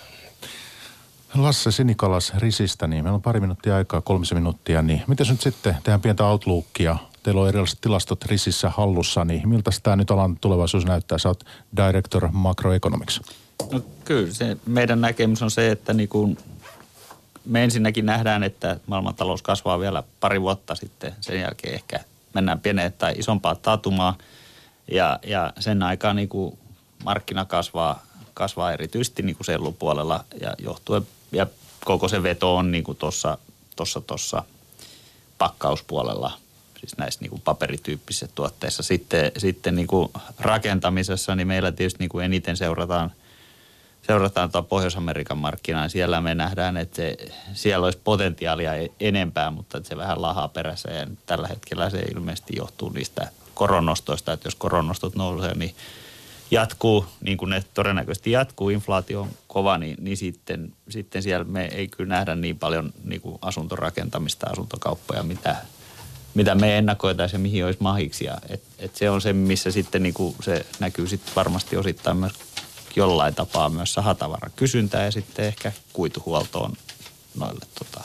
Speaker 3: Lasse Sinikalas Risistä, niin meillä on pari minuuttia aikaa, kolmisen minuuttia, niin miten nyt sitten tehdään pientä outlookia? Teillä on erilaiset tilastot Risissä hallussa, niin miltä tämä nyt alan tulevaisuus näyttää? Sä oot Director Macroeconomics.
Speaker 2: No kyllä, se meidän näkemys on se, että niin kuin me ensinnäkin nähdään, että maailmantalous kasvaa vielä pari vuotta sitten. Sen jälkeen ehkä mennään pieneen tai isompaa taatumaa. Ja, ja sen aikaan niin kuin markkina kasvaa, kasvaa erityisesti niin kuin sellupuolella ja johtuen, ja koko se veto on niin kuin tuossa tossa, tossa pakkauspuolella, siis näissä niin kuin paperityyppisissä tuotteissa. Sitten, sitten niin kuin rakentamisessa niin meillä tietysti niin kuin eniten seurataan Seurataan tuota Pohjois-Amerikan markkinaa. Siellä me nähdään, että se, siellä olisi potentiaalia enempää, mutta että se vähän lahaa perässä. Ja tällä hetkellä se ilmeisesti johtuu niistä koronnostoista, että jos koronnostot nousee, niin jatkuu, niin kuin ne todennäköisesti jatkuu, inflaatio on kova, niin, niin sitten, sitten siellä me ei kyllä nähdä niin paljon niin kuin asuntorakentamista, asuntokauppoja, mitä, mitä me ennakoitaisiin ja mihin olisi mahiksi. Ja et, et se on se, missä sitten niin kuin se näkyy sitten varmasti osittain myös jollain tapaa myös sahatavarakysyntää ja sitten ehkä kuituhuoltoon noille tota,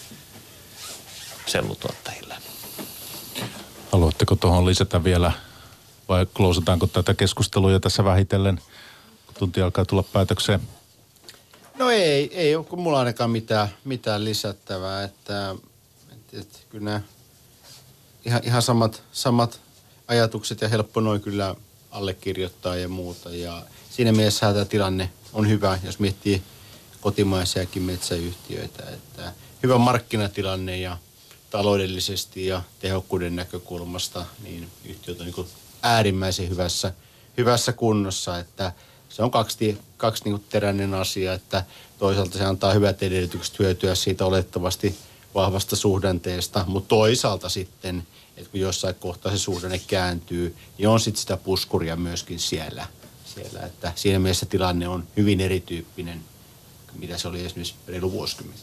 Speaker 2: sellutuottajille.
Speaker 3: Haluatteko tuohon lisätä vielä vai klousataanko tätä keskustelua jo tässä vähitellen, kun tunti alkaa tulla päätökseen?
Speaker 4: No ei, ei ole kun mulla ainakaan mitään, mitään lisättävää, että, että, että kyllä nämä ihan, ihan samat, samat ajatukset ja helppo noin kyllä allekirjoittaa ja muuta ja siinä mielessä tämä tilanne on hyvä, jos miettii kotimaisiakin metsäyhtiöitä, että hyvä markkinatilanne ja taloudellisesti ja tehokkuuden näkökulmasta, niin yhtiöt on niin kuin äärimmäisen hyvässä, hyvässä kunnossa, että se on kaksi, kaksi niin kuin teräinen asia, että toisaalta se antaa hyvät edellytykset hyötyä siitä olettavasti vahvasta suhdanteesta, mutta toisaalta sitten, että kun jossain kohtaa se suhdanne kääntyy, niin on sitten sitä puskuria myöskin siellä. Siellä, että siinä mielessä tilanne on hyvin erityyppinen, mitä se oli esimerkiksi reilu vuosikymmen.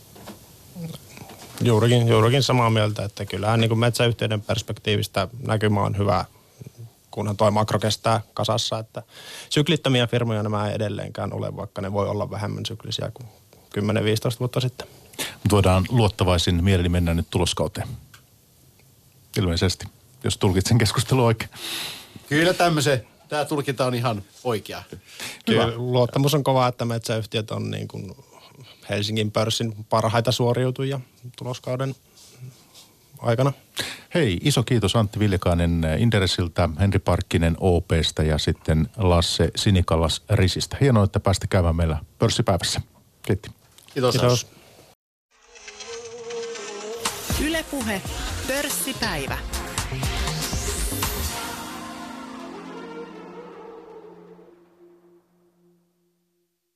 Speaker 5: Juurikin, juurikin samaa mieltä, että kyllähän niin kuin metsäyhtiöiden perspektiivistä näkymä on hyvä, kunhan toi makro kestää kasassa, että syklittömiä firmoja nämä ei edelleenkään ole, vaikka ne voi olla vähemmän syklisiä kuin kymmenen viisitoista vuotta sitten.
Speaker 3: Mutta voidaan luottavaisin mieleni mennä nyt tuloskauteen. Ilmeisesti, jos tulkitsen keskustelua oikein.
Speaker 4: Kyllä tämmöisen. Tämä tulkinta on ihan oikea.
Speaker 5: Kyllä, luottamus on kova, että metsäyhtiöt on niin kuin Helsingin pörssin parhaita suoriutujia tuloskauden aikana.
Speaker 3: Hei, iso kiitos Antti Viljakainen Inderesiltä, Henri Parkkinen O P:stä ja sitten Lasse Sinikalas Risistä. Hienoa, että pääsitte käymään meillä pörssipäivässä. Kiitti.
Speaker 4: Kiitos.
Speaker 5: Kiitos.
Speaker 1: Yle Puhe, pörssipäivä.